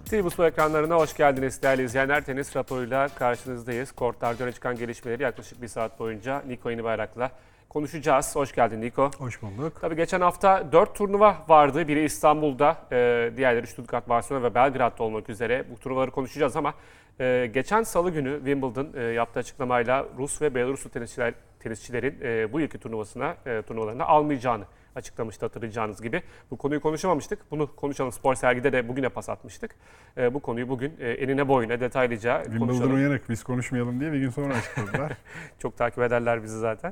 TV Spor ekranlarına hoş geldiniz değerli izleyenler. Tenis raporuyla karşınızdayız. Kortlarda öne çıkan gelişmeleri yaklaşık bir saat boyunca Niko Yenibayrak'la konuşacağız. Hoş geldin Niko. Hoş bulduk. Tabii geçen hafta 4 turnuva vardı. Biri İstanbul'da, diğerleri Stuttgart, Barcelona ve Belgrad'da olmak üzere. Bu turnuvaları konuşacağız ama geçen salı günü Wimbledon yaptığı açıklamayla Rus ve Belaruslu tenisçilerin bu yılki turnuvalarına almayacağını açıklamıştı hatırlayacağınız gibi. Bu konuyu konuşamamıştık. Bunu konuşalım. Spor Sergi'de de bugüne pas atmıştık. Bu konuyu bugün enine boyuna detaylıca konuşalım. Wimbledon uyanık biz konuşmayalım diye bir gün sonra açıkladılar. Çok takip ederler bizi zaten.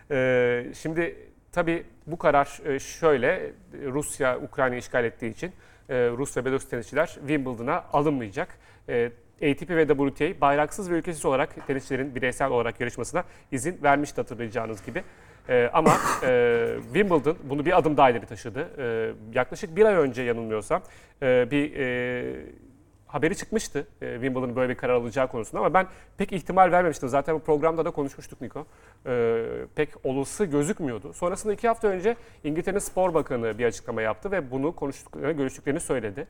Şimdi tabii bu karar şöyle. Rusya Ukrayna'yı işgal ettiği için Rus ve Belarus tenisçiler Wimbledon'a alınmayacak. ATP ve WTA bayraksız ve ülkesiz olarak tenisçilerin bireysel olarak yarışmasına izin vermişti hatırlayacağınız gibi. Ama Wimbledon bunu bir adım daha ileri taşıdı. Yaklaşık bir ay önce yanılmıyorsam bir haberi çıkmıştı Wimbledon'ın böyle bir karar alacağı konusunda ama ben pek ihtimal vermemiştim. Zaten bu programda da konuşmuştuk Niko. Pek olası gözükmüyordu. Sonrasında 2 hafta önce İngiltere'nin Spor Bakanı bir açıklama yaptı ve bunu görüştüklerini söyledi.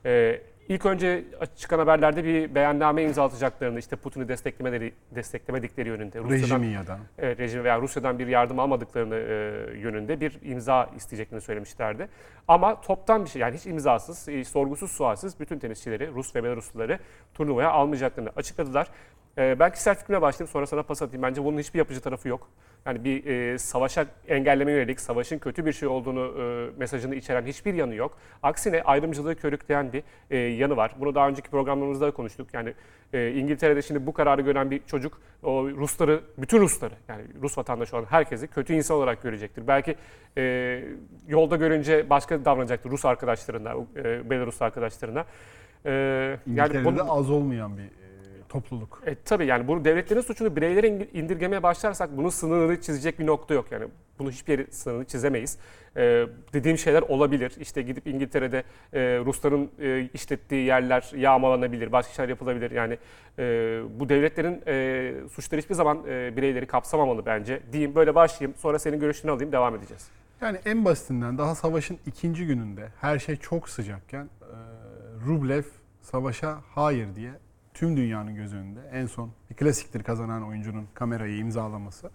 İlk önce çıkan haberlerde bir beyanname imzalatacaklarını, işte Putin'i desteklemedikleri yönünde, Rejimi ya da. Rejimi veya Rusya'dan bir yardım almadıklarını yönünde bir imza isteyeceklerini söylemişlerdi. Ama toptan bir şey, yani hiç imzasız, sorgusuz sualsiz bütün tenisçileri, Rus ve Belarusluları turnuvaya almayacaklarını açıkladılar. Ben kişisel fikrime başlayayım, sonra sana pas atayım. Bence bunun hiçbir yapıcı tarafı yok. Yani bir savaşa engelleme yönelik, savaşın kötü bir şey olduğunu mesajını içeren hiçbir yanı yok. Aksine ayrımcılığı körükleyen bir yanı var. Bunu daha önceki programlarımızda da konuştuk. Yani İngiltere'de şimdi bu kararı gören bir çocuk o Rusları, bütün Rusları, yani Rus vatandaşı olan herkesi kötü insan olarak görecektir. Belki yolda görünce başka davranacaktır Rus arkadaşlarına, Belarus arkadaşlarına. İngiltere'de Yani az olmayan bir topluluk. Tabii yani bu devletlerin suçunu bireylere indirgemeye başlarsak bunun sınırını çizecek bir nokta yok. Yani bunu hiçbir yeri sınırını çizemeyiz. Dediğim şeyler olabilir. İşte gidip İngiltere'de Rusların işlettiği yerler yağmalanabilir, başka şeyler yapılabilir. Yani bu devletlerin suçları hiçbir zaman bireyleri kapsamamalı bence diyeyim. Böyle başlayayım, sonra senin görüşünü alayım, devam edeceğiz. Yani en basitinden daha savaşın ikinci gününde her şey çok sıcakken Rublev savaşa hayır diye tüm dünyanın göz önünde en son bir klasiktir kazanan oyuncunun kamerayı imzalaması.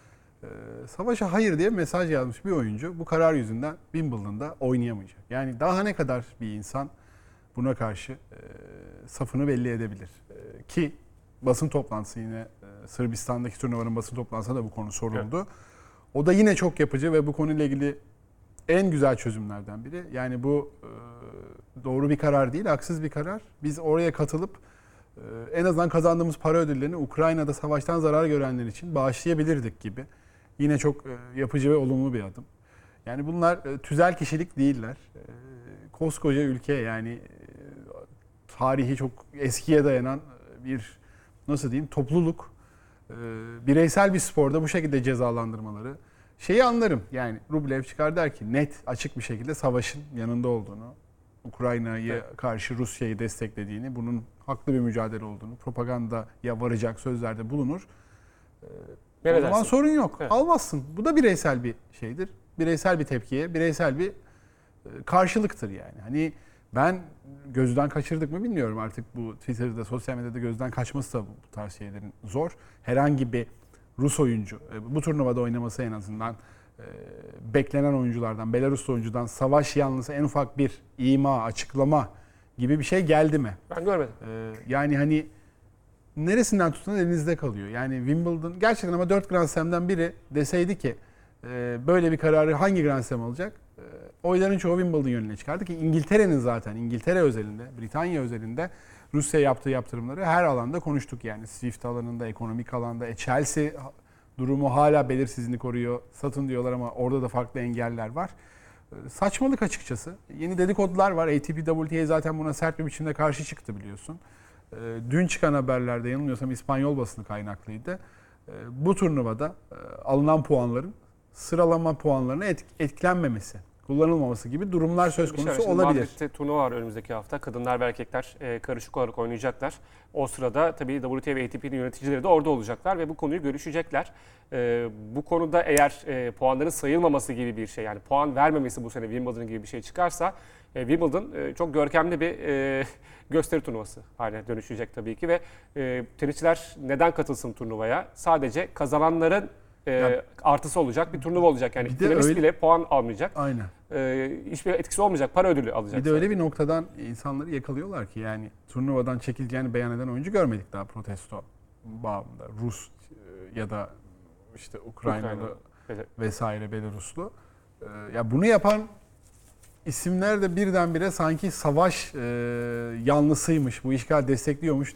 Savaşa hayır diye mesaj yazmış bir oyuncu bu karar yüzünden Wimbledon'da oynayamayacak. Yani daha ne kadar bir insan buna karşı safını belli edebilir? Ki basın toplantısı yine Sırbistan'daki turnuvanın basın toplantısında da bu konu soruldu. Evet. O da yine çok yapıcı ve bu konuyla ilgili en güzel çözümlerden biri. Yani bu doğru bir karar değil, haksız bir karar. Biz oraya katılıp en azından kazandığımız para ödüllerini Ukrayna'da savaştan zarar görenler için bağışlayabilirdik gibi. Yine çok yapıcı ve olumlu bir adım. Yani bunlar tüzel kişilik değiller. Koskoca ülke, yani tarihi çok eskiye dayanan bir, nasıl diyeyim, topluluk. Bireysel bir sporda bu şekilde cezalandırmaları. Şeyi anlarım, yani Rublev çıkar der ki net, açık bir şekilde savaşın yanında olduğunu, Ukrayna'ya karşı Rusya'yı desteklediğini, bunun haklı bir mücadele olduğunu, propagandaya varacak sözlerde bulunur. O zaman sorun yok. Evet. Almazsın. Bu da bireysel bir şeydir. Bireysel bir tepkiye, bireysel bir karşılıktır yani. Hani ben gözden kaçırdık mı bilmiyorum, artık bu Twitter'da, sosyal medyada gözden kaçması da bu tarz şeylerin zor. Herhangi bir Rus oyuncu bu turnuvada oynaması en azından beklenen oyunculardan, Belaruslu oyuncudan savaş yanlısı en ufak bir ima, açıklama gibi bir şey geldi mi? Ben görmedim. Yani hani neresinden tutun elinizde kalıyor. Yani Wimbledon gerçekten, ama 4 Grand Slam'den biri deseydi ki böyle bir kararı hangi Grand Slam alacak? Oyların çoğu Wimbledon yönüne çıkardı ki İngiltere'nin zaten, İngiltere özelinde, Britanya özelinde Rusya'ya yaptığı yaptırımları her alanda konuştuk yani. Swift alanında, ekonomik alanda. Chelsea durumu hala belirsizliğini koruyor. Satın diyorlar ama orada da farklı engeller var. Saçmalık açıkçası. Yeni dedikodular var. ATP WTA zaten buna sert bir biçimde karşı çıktı biliyorsun. Dün çıkan haberlerde, yanılmıyorsam İspanyol basını kaynaklıydı. Bu turnuvada alınan puanların sıralama puanlarına etkilenmemesi, kullanılmaması gibi durumlar söz konusu olabilir. Madrid'de turnuva var önümüzdeki hafta. Kadınlar ve erkekler karışık olarak oynayacaklar. O sırada tabii WTA ve ATP'nin yöneticileri de orada olacaklar ve bu konuyu görüşecekler. Bu konuda eğer puanların sayılmaması gibi bir şey, yani puan vermemesi bu sene Wimbledon gibi bir şey çıkarsa Wimbledon çok görkemli bir gösteri turnuvası haline dönüşecek tabii ki ve tenisçiler neden katılsın turnuvaya? Sadece kazananların artısı olacak bir turnuva olacak. Yani Bir de finalist öyle- bile puan almayacak. Aynen. Hiçbir etkisi olmayacak. Para ödülü alacak. Bir de öyle bir noktadan insanları yakalıyorlar ki yani turnuvadan çekileceğini beyan eden oyuncu görmedik daha protesto bağımında. Rus ya da işte Ukraynalı Evet. vesaire Belaruslu. Ya bunu yapan isimler de birdenbire sanki savaş yanlısıymış, bu işgal destekliyormuş,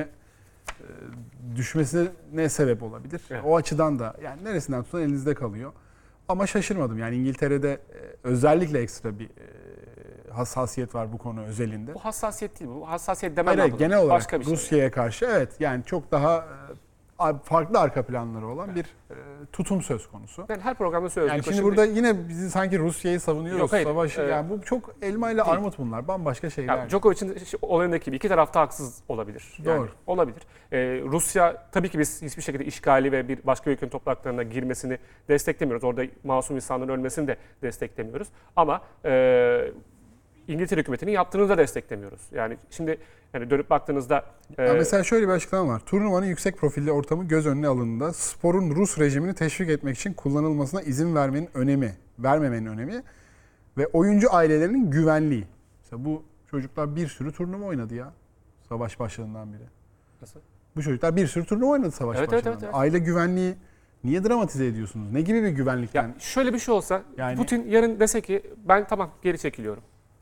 düşmesine sebep olabilir. Evet. O açıdan da yani neresinden tutun elinizde kalıyor. Ama şaşırmadım yani İngiltere'de özellikle ekstra bir hassasiyet var bu konu özelinde. Bu hassasiyet değil. Bu hassasiyet demem Hayır, lazım. genel olarak Başka bir şey. Rusya'ya karşı evet yani çok daha farklı arka planları olan bir tutum söz konusu. Ben her programda söylüyorum. Yani şimdi burada yine bizi sanki Rusya'yı savunuyoruz, Yok, hayır. savaşı. Yani bu çok elma ile Değil. armut bunlar. Bambaşka şeyler. Ya Djokovic'in olayındaki gibi iki tarafta haksız olabilir. Yani Doğru. olabilir. Rusya tabii ki biz hiçbir şekilde işgali ve bir başka ülkenin topraklarına girmesini desteklemiyoruz. Orada masum insanların ölmesini de desteklemiyoruz. Ama İngiltere hükümetinin yaptığını da desteklemiyoruz. Yani şimdi yani dönüp baktığınızda Ya mesela şöyle bir açıklama var. Turnuvanın yüksek profilli ortamı göz önüne alındığında sporun Rus rejimini teşvik etmek için kullanılmasına izin vermemenin önemi ve oyuncu ailelerinin güvenliği. Mesela bu çocuklar bir sürü turnuva oynadı ya savaş başladığından beri. Nasıl? Bu çocuklar bir sürü turnuva oynadı savaş Evet, başladığından. evet, evet. Aile güvenliği niye dramatize ediyorsunuz? Ne gibi bir güvenlikten? Ya şöyle bir şey olsa Yani- Putin yarın dese ki ben tamam geri çekiliyorum.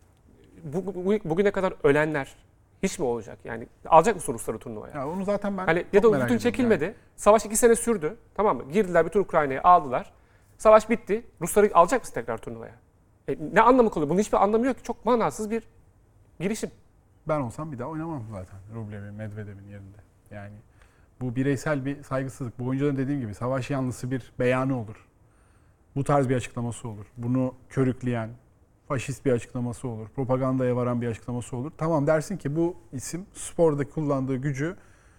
Bugüne kadar ölenler hiç mi olacak? Yani alacak mısın Rusları turnuvaya? Ya onu zaten ben Hani çok ya da merak Putin ediyorum çekilmedi. yani. Savaş 2 sene sürdü. Tamam mı? Girdiler bütün Ukrayna'yı aldılar. Savaş bitti. Rusları alacak mısın tekrar turnuvaya? Ne anlamı kalıyor? Bunun hiçbir anlamı yok ki. Çok manasız bir girişim. Ben olsam bir daha oynamam zaten Rublev'in, Medvedev'in yerinde. Yani bu bireysel bir saygısızlık. Bu oyuncuların dediğim gibi savaş yanlısı bir beyanı olur. Bu tarz bir açıklaması olur. Bunu körükleyen, faşist bir açıklaması olur. Propagandaya varan bir açıklaması olur. Tamam dersin ki bu isim sporda kullandığı gücü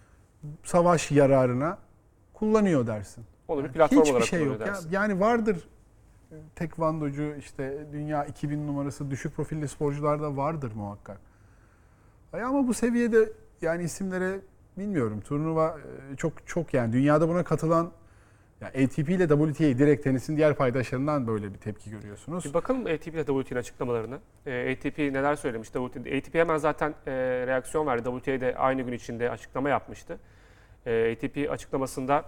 savaş yararına kullanıyor dersin. Onu bir platform Hiçbir olarak şey yok kullanıyor ya. dersin. Yani vardır tekvandocu işte dünya 2000 numarası düşük profilli sporcular da vardır muhakkak. Ama bu seviyede yani isimlere bilmiyorum turnuva çok yani dünyada buna katılan ya ATP ile WTA direkt tenisin diğer paydaşlarından böyle bir tepki görüyorsunuz. Bir bakalım ATP ile WTA'nın açıklamalarına. ATP neler söylemiş? ATP hemen zaten reaksiyon verdi. WTA de aynı gün içinde açıklama yapmıştı. ATP açıklamasında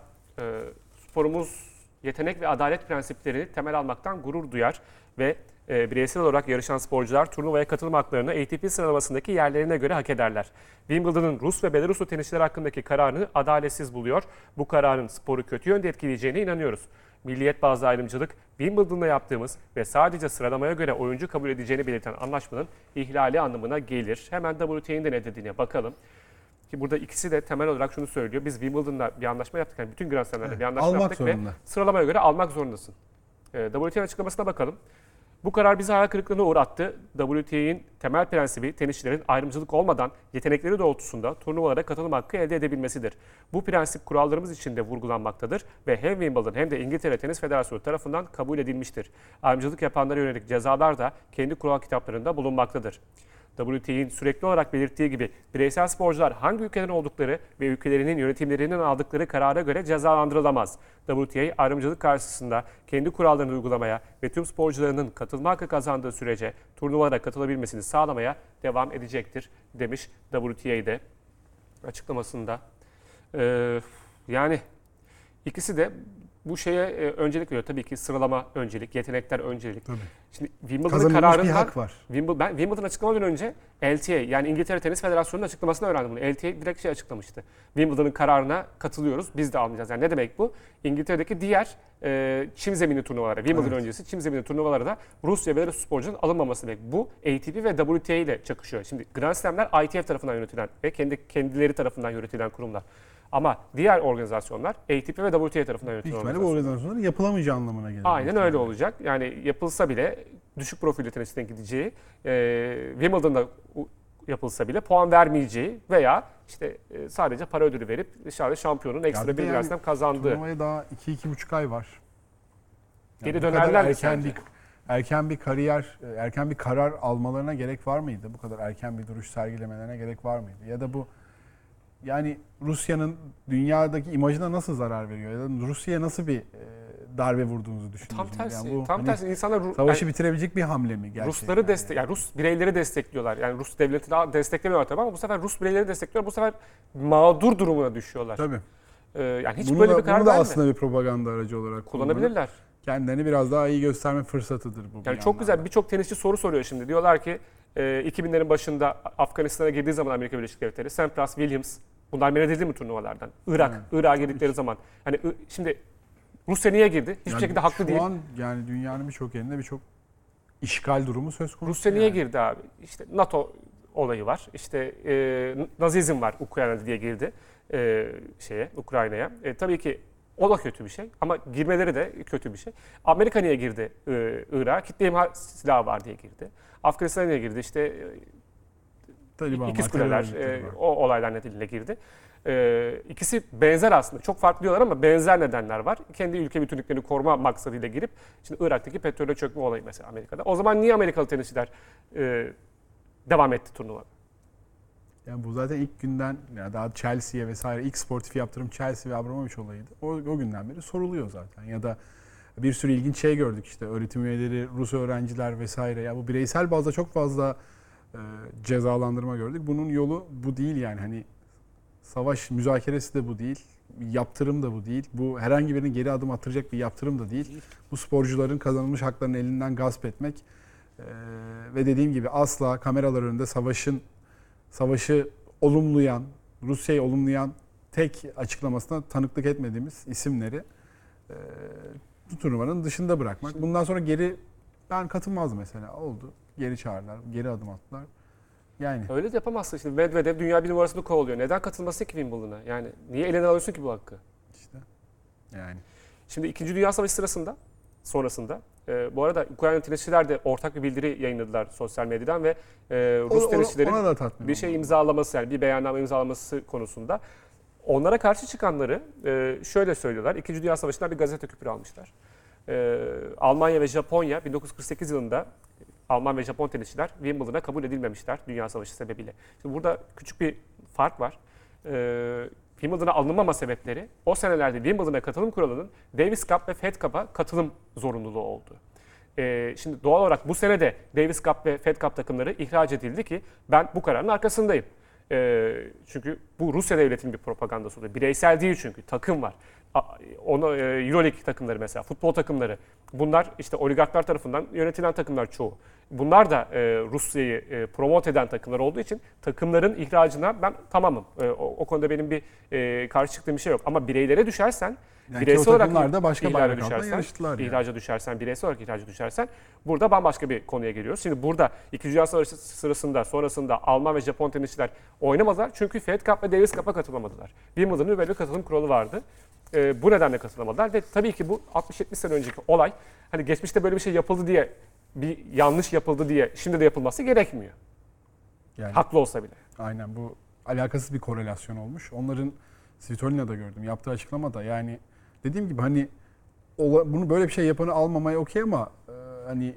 sporumuz yetenek ve adalet prensiplerini temel almaktan gurur duyar ve bireysel olarak yarışan sporcular turnuvaya katılma haklarını ATP sıralamasındaki yerlerine göre hak ederler. Wimbledon'ın Rus ve Belaruslu tenisçiler hakkındaki kararını adaletsiz buluyor. Bu kararın sporu kötü yönde etkileyeceğine inanıyoruz. Milliyet bazlı ayrımcılık, Wimbledon'da yaptığımız ve sadece sıralamaya göre oyuncu kabul edeceğini belirten anlaşmanın ihlali anlamına gelir. Hemen WTA'nın de ne dediğine bakalım. Ki burada ikisi de temel olarak şunu söylüyor. Biz Wimbledon'da bir anlaşma yaptık. Yani bütün Grand Slam'lerde Evet, bir anlaşma almak yaptık zorunda. ve sıralamaya göre almak zorundasın. WTA'nın açıklamasına bakalım. Bu karar bizi hayal kırıklığına uğrattı. WTA'nın temel prensibi tenisçilerin ayrımcılık olmadan yetenekleri doğrultusunda turnuvalara katılım hakkı elde edebilmesidir. Bu prensip kurallarımız içinde vurgulanmaktadır ve hem Wimbledon hem de İngiltere Tenis Federasyonu tarafından kabul edilmiştir. Ayrımcılık yapanlara yönelik cezalar da kendi kural kitaplarında bulunmaktadır. WTA'nin sürekli olarak belirttiği gibi bireysel sporcular hangi ülkeden oldukları ve ülkelerinin yönetimlerinin aldıkları karara göre cezalandırılamaz. WTA ayrımcılık karşısında kendi kurallarını uygulamaya ve tüm sporcularının katılma hakkı kazandığı sürece turnuvalara katılabilmesini sağlamaya devam edecektir demiş WTA'de açıklamasında. Yani ikisi de bu şeye öncelik veriyor. Tabii ki sıralama öncelik, yetenekler öncelik. Tabii. Şimdi Wimbledon'ın Kazanılmış kararından bir hak var. Ben Wimbledon açıklamadan önce LTA yani İngiltere Tenis Federasyonu'nun açıklamasını öğrendim bunu. LTA direkt şey açıklamıştı. Wimbledon'ın kararına katılıyoruz. Biz de almayacağız. Yani ne demek bu? İngiltere'deki diğer çim zemini turnuvalara, Wimbledon Evet. öncesi çim zemini turnuvalara da Rusya ve Belarus sporcunun alınmaması demek. Bu ATP ve WTA ile çakışıyor. Şimdi Grand Slam'ler ITF tarafından yönetilen ve kendileri tarafından yönetilen kurumlar. Ama diğer organizasyonlar ATP ve WTA tarafından Büyük yönetilen ihtimalle bu organizasyonlar. organizasyonların yapılamayacağı anlamına gelir. Aynen Büyük öyle ihtimalle. olacak. Yani yapılsa bile düşük profilli tenisçiden gideceği, Wimbledon'da yapılsa bile puan vermeyeceği veya işte sadece para ödülü verip dışarıda şampiyonun Ya ekstra bir de bir Grand Slam kazandığı. Turnuvaya daha 2-2,5 ay var. Geri bu kadar dönerler mi erken sence? erken bir karar almalarına gerek var mıydı? Bu kadar erken bir duruş sergilemelerine gerek var mıydı? Ya da bu yani Rusya'nın dünyadaki imajına nasıl zarar veriyor? Ya da Rusya'ya nasıl bir darbe vurduğunuzu düşünüyorsunuz? Tam tersi. Yani bu, Tam tersi. İnsanlar savaşı bitirebilecek bir hamle mi gerçekten? Rusları yani Rus bireyleri destekliyorlar. Yani Rus devleti daha desteklemiyorlar tabii ama bu sefer Rus bireyleri destekliyorlar. Bu sefer mağdur durumuna düşüyorlar. Tabii. Yani hiç Bunu böyle da, bir karar bunu da verme. aslında bir propaganda aracı olarak Kullanabilirler. kendilerini biraz daha iyi gösterme fırsatıdır bu. Yani bir çok yandan güzel da. birçok tenisçi soru soruyor şimdi. Diyorlar ki 2000'lerin başında Afganistan'a girdiği zaman Amerika Birleşik Devletleri, Sampras, Williams bunlar men edildi mi turnuvalardan? Irak'a girdikleri zaman. Hani şimdi Rusya niye girdi? Hiçbir Yani şekilde haklı değil. Şu an yani dünyanın birçok yerinde birçok işgal durumu söz konusu. Rusya niye yani. girdi abi? İşte NATO olayı var. İşte Nazizm var Ukrayna'da diye girdi Ukrayna'ya. Tabii ki o da kötü bir şey ama girmeleri de kötü bir şey. Amerika niye girdi Irak'a? Kitle imha silahı var diye girdi. Afganistan'a niye girdi? İşte Taliban İkiz var, Kuleler terör örgütleri var. o olaylar nedeniyle girdi. İkisi benzer aslında. Çok farklı diyorlar ama benzer nedenler var. Kendi ülke bütünlüklerini koruma maksadıyla girip şimdi Irak'taki petrole çökme olayı mesela Amerika'da. O zaman niye Amerikalı tenisçiler devam etti turnuva? Yani bu zaten ilk günden yani daha Chelsea'ye vesaire ilk sportif yaptırım Chelsea ve Abramovich olayıydı. O günden beri soruluyor zaten. Ya da bir sürü ilginç şey gördük işte öğretim üyeleri, Rus öğrenciler vesaire. Ya bu bireysel bazda çok fazla cezalandırma gördük. Bunun yolu bu değil yani hani savaş müzakeresi de bu değil. Yaptırım da bu değil. Bu herhangi birinin geri adım attıracak bir yaptırım da değil. Bu sporcuların kazanılmış haklarını elinden gasp etmek ve dediğim gibi asla kameralar önünde savaşı olumlayan, Rusya'yı olumlayan tek açıklamasına tanıklık etmediğimiz isimleri bu turnuvanın dışında bırakmak. Bundan sonra ben katılmazdım mesela. Oldu. Geri çağırdılar, geri adım attılar. Yani Öyle de yapamazsın. Şimdi Medvedev dünya bir numarasını kovalıyor. Neden katılmasın ki Wimbledon'a? Yani niye elinden alıyorsun ki bu hakkı? işte yani. Şimdi 2. Dünya Savaşı sonrasında bu arada Ukrayna tenisçiler de ortak bir bildiri yayınladılar sosyal medyadan ve Rus tenisçilerin ona da tatmin bir şey oldum. imzalaması yani bir beyanname imzalaması konusunda onlara karşı çıkanları şöyle söylüyorlar. 2. Dünya Savaşı'ndan bir gazete küpürü almışlar. Almanya ve Japonya 1948 yılında Alman ve Japon tenisçiler Wimbledon'a kabul edilmemişler Dünya Savaşı sebebiyle. Şimdi burada küçük bir fark var. Wimbledon'a alınmama sebepleri o senelerde Wimbledon'a katılım kuralının Davis Cup ve Fed Cup'a katılım zorunluluğu oldu. Şimdi doğal olarak bu sene de Davis Cup ve Fed Cup takımları ihraç edildi ki ben bu kararın arkasındayım. Çünkü bu Rusya devletinin bir propagandası oluyor. Bireysel değil çünkü takım var. Euroleague takımları mesela, futbol takımları. Bunlar işte oligarklar tarafından yönetilen takımlar çoğu. Bunlar da Rusya'yı promote eden takımlar olduğu için takımların ihracına ben tamamım. O konuda benim bir karşı çıktığım bir şey yok. Ama bireylere düşersen, Yani bireysel olarak takımlar da başka ihlale bayrak altında yarıştılar yani. ihraca düşersen, bireysel olarak ihraca düşersen burada bambaşka bir konuya geliyoruz. Şimdi burada 2. Dünya Savaşı sırasında, sonrasında Alman ve Japon tenisçiler oynamadılar. Çünkü Fed Cup ve Davis Cup'a katılamadılar. Wimbledon'un böyle bir katılım kuralı vardı. Bu nedenle katılamadılar ve tabii ki bu 60-70 sene önceki olay hani geçmişte böyle bir şey yapıldı diye bir yanlış yapıldı diye şimdi de yapılması gerekmiyor. Yani Haklı olsa bile. aynen bu alakasız bir korelasyon olmuş. Onların Svitolina'da gördüm. Yaptığı açıklamada yani dediğim gibi hani bunu böyle bir şey yapanı almamaya okey ama hani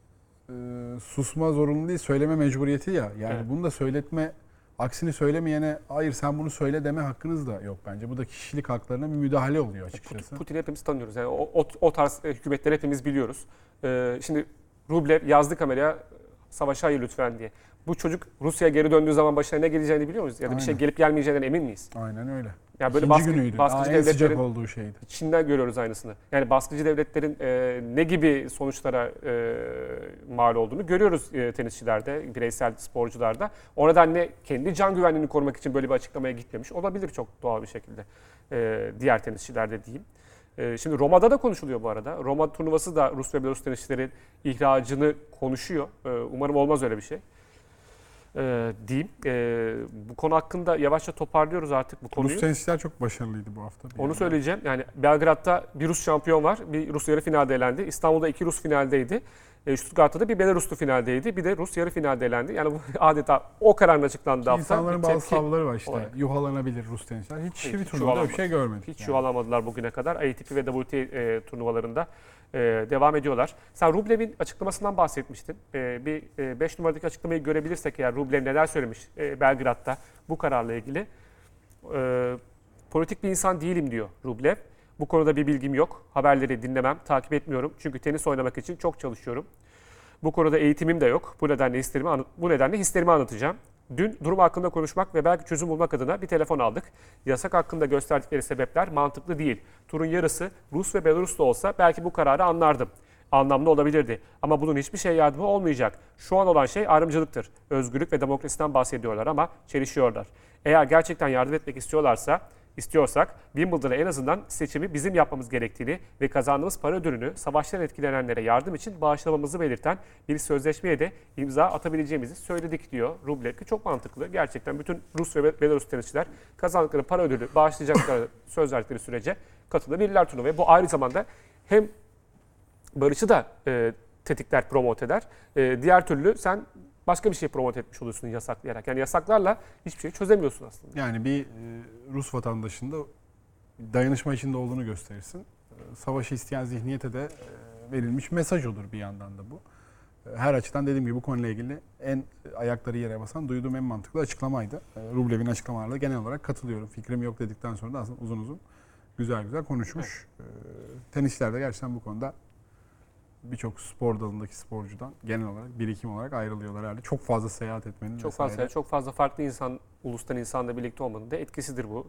susma zorunlu değil, söyleme mecburiyeti ya. Yani Evet. bunu da aksini söylemeyene hayır sen bunu söyle deme hakkınız da yok bence. Bu da kişilik haklarına bir müdahale oluyor açıkçası. Putin'i hepimiz tanıyoruz. Yani o tarz hükümetleri hepimiz biliyoruz. Şimdi Rublev yazdı kameraya savaşa hayır lütfen diye. Bu çocuk Rusya'ya geri döndüğü zaman başına ne geleceğini biliyor muyuz? Ya da bir şey Aynen. gelip gelmeyeceğinden emin miyiz? Aynen öyle. Ya böyle İkinci günüydü. baskıcı En sıcak devletlerin olduğu şeydi. Çin'den görüyoruz aynısını. Yani baskıcı devletlerin ne gibi sonuçlara mal olduğunu görüyoruz tenisçilerde, bireysel sporcularda. O nedenle kendi can güvenliğini korumak için böyle bir açıklamaya gitmemiş olabilir çok doğal bir şekilde diğer tenisçilerde diyeyim. Şimdi Roma'da da konuşuluyor bu arada. Roma turnuvası da Rus ve Belarus tenisçilerin ihracını konuşuyor. Umarım olmaz öyle bir şey. Diyeyim. Bu konu hakkında yavaşça toparlıyoruz artık bu konuyu. Rus tenisçiler çok başarılıydı bu hafta. Onu söyleyeceğim. Yani Belgrad'da bir Rus şampiyon var. Bir Rus yarı finalde elendi. İstanbul'da 2 Rus finaldeydi. Stuttgart'ta da bir Belaruslu finaldeydi. Bir de Rus yarı finalde elendi. Yani bu adeta o kararın açıklandığı hafta. İnsanların bir bazı tepki savları var işte. olarak. Yuhalanabilir Rus tenisçiler. Hiç Hiç bir turnuvada bir şey görmedik. Hiç yani. yuvalamadılar bugüne kadar. ATP ve WTA turnuvalarında devam ediyorlar. Sen Rublev'in açıklamasından bahsetmiştin. Bir 5 numaradaki açıklamayı görebilirsek eğer Rublev neler söylemiş Belgrad'da bu kararla ilgili. Politik bir insan değilim diyor Rublev. Bu konuda bir bilgim yok. Haberleri dinlemem, takip etmiyorum. Çünkü tenis oynamak için çok çalışıyorum. Bu konuda eğitimim de yok. Bu nedenle hislerimi anlatacağım. Dün durum hakkında konuşmak ve belki çözüm bulmak adına bir telefon aldık. Yasak hakkında gösterdikleri sebepler mantıklı değil. Turun yarısı Rus ve Belarus'ta olsa belki bu kararı anlardım. Anlamlı olabilirdi. Ama bunun hiçbir şey yardımı olmayacak. Şu an olan şey ayrımcılıktır. Özgürlük ve demokrasiden bahsediyorlar ama çelişiyorlar. Eğer gerçekten yardım etmek istiyorsak Wimbledon'a en azından seçimi bizim yapmamız gerektiğini ve kazandığımız para ödülünü savaştan etkilenenlere yardım için bağışlamamızı belirten bir sözleşmeye de imza atabileceğimizi söyledik diyor Rublev, ki çok mantıklı. Gerçekten bütün Rus ve Belarus tenisçiler kazandıkları para ödülü bağışlayacakları söz verdikleri sürece katılabilirler turnuvaya. Bu aynı zamanda hem barışı da tetikler, promote eder. Diğer türlü sen başka bir şey promote etmiş oluyorsun yasaklayarak. Yani yasaklarla hiçbir şey çözemiyorsun aslında. Yani bir Rus vatandaşının da dayanışma içinde olduğunu gösterirsin. Savaşı isteyen zihniyete de verilmiş mesaj olur bir yandan da bu. Her açıdan dediğim gibi bu konuyla ilgili en ayakları yere basan duyduğum en mantıklı açıklamaydı. Rublev'in açıklamalarına genel olarak katılıyorum. Fikrim yok dedikten sonra da aslında uzun uzun güzel konuşmuş. Evet. Tenisçiler de gerçekten bu konuda birçok spor dalındaki sporcudan genel olarak birikim olarak ayrılıyorlar herhalde. Çok fazla seyahat etmenin çok fazla farklı ulustan insanla birlikte olmanın da etkisidir bu.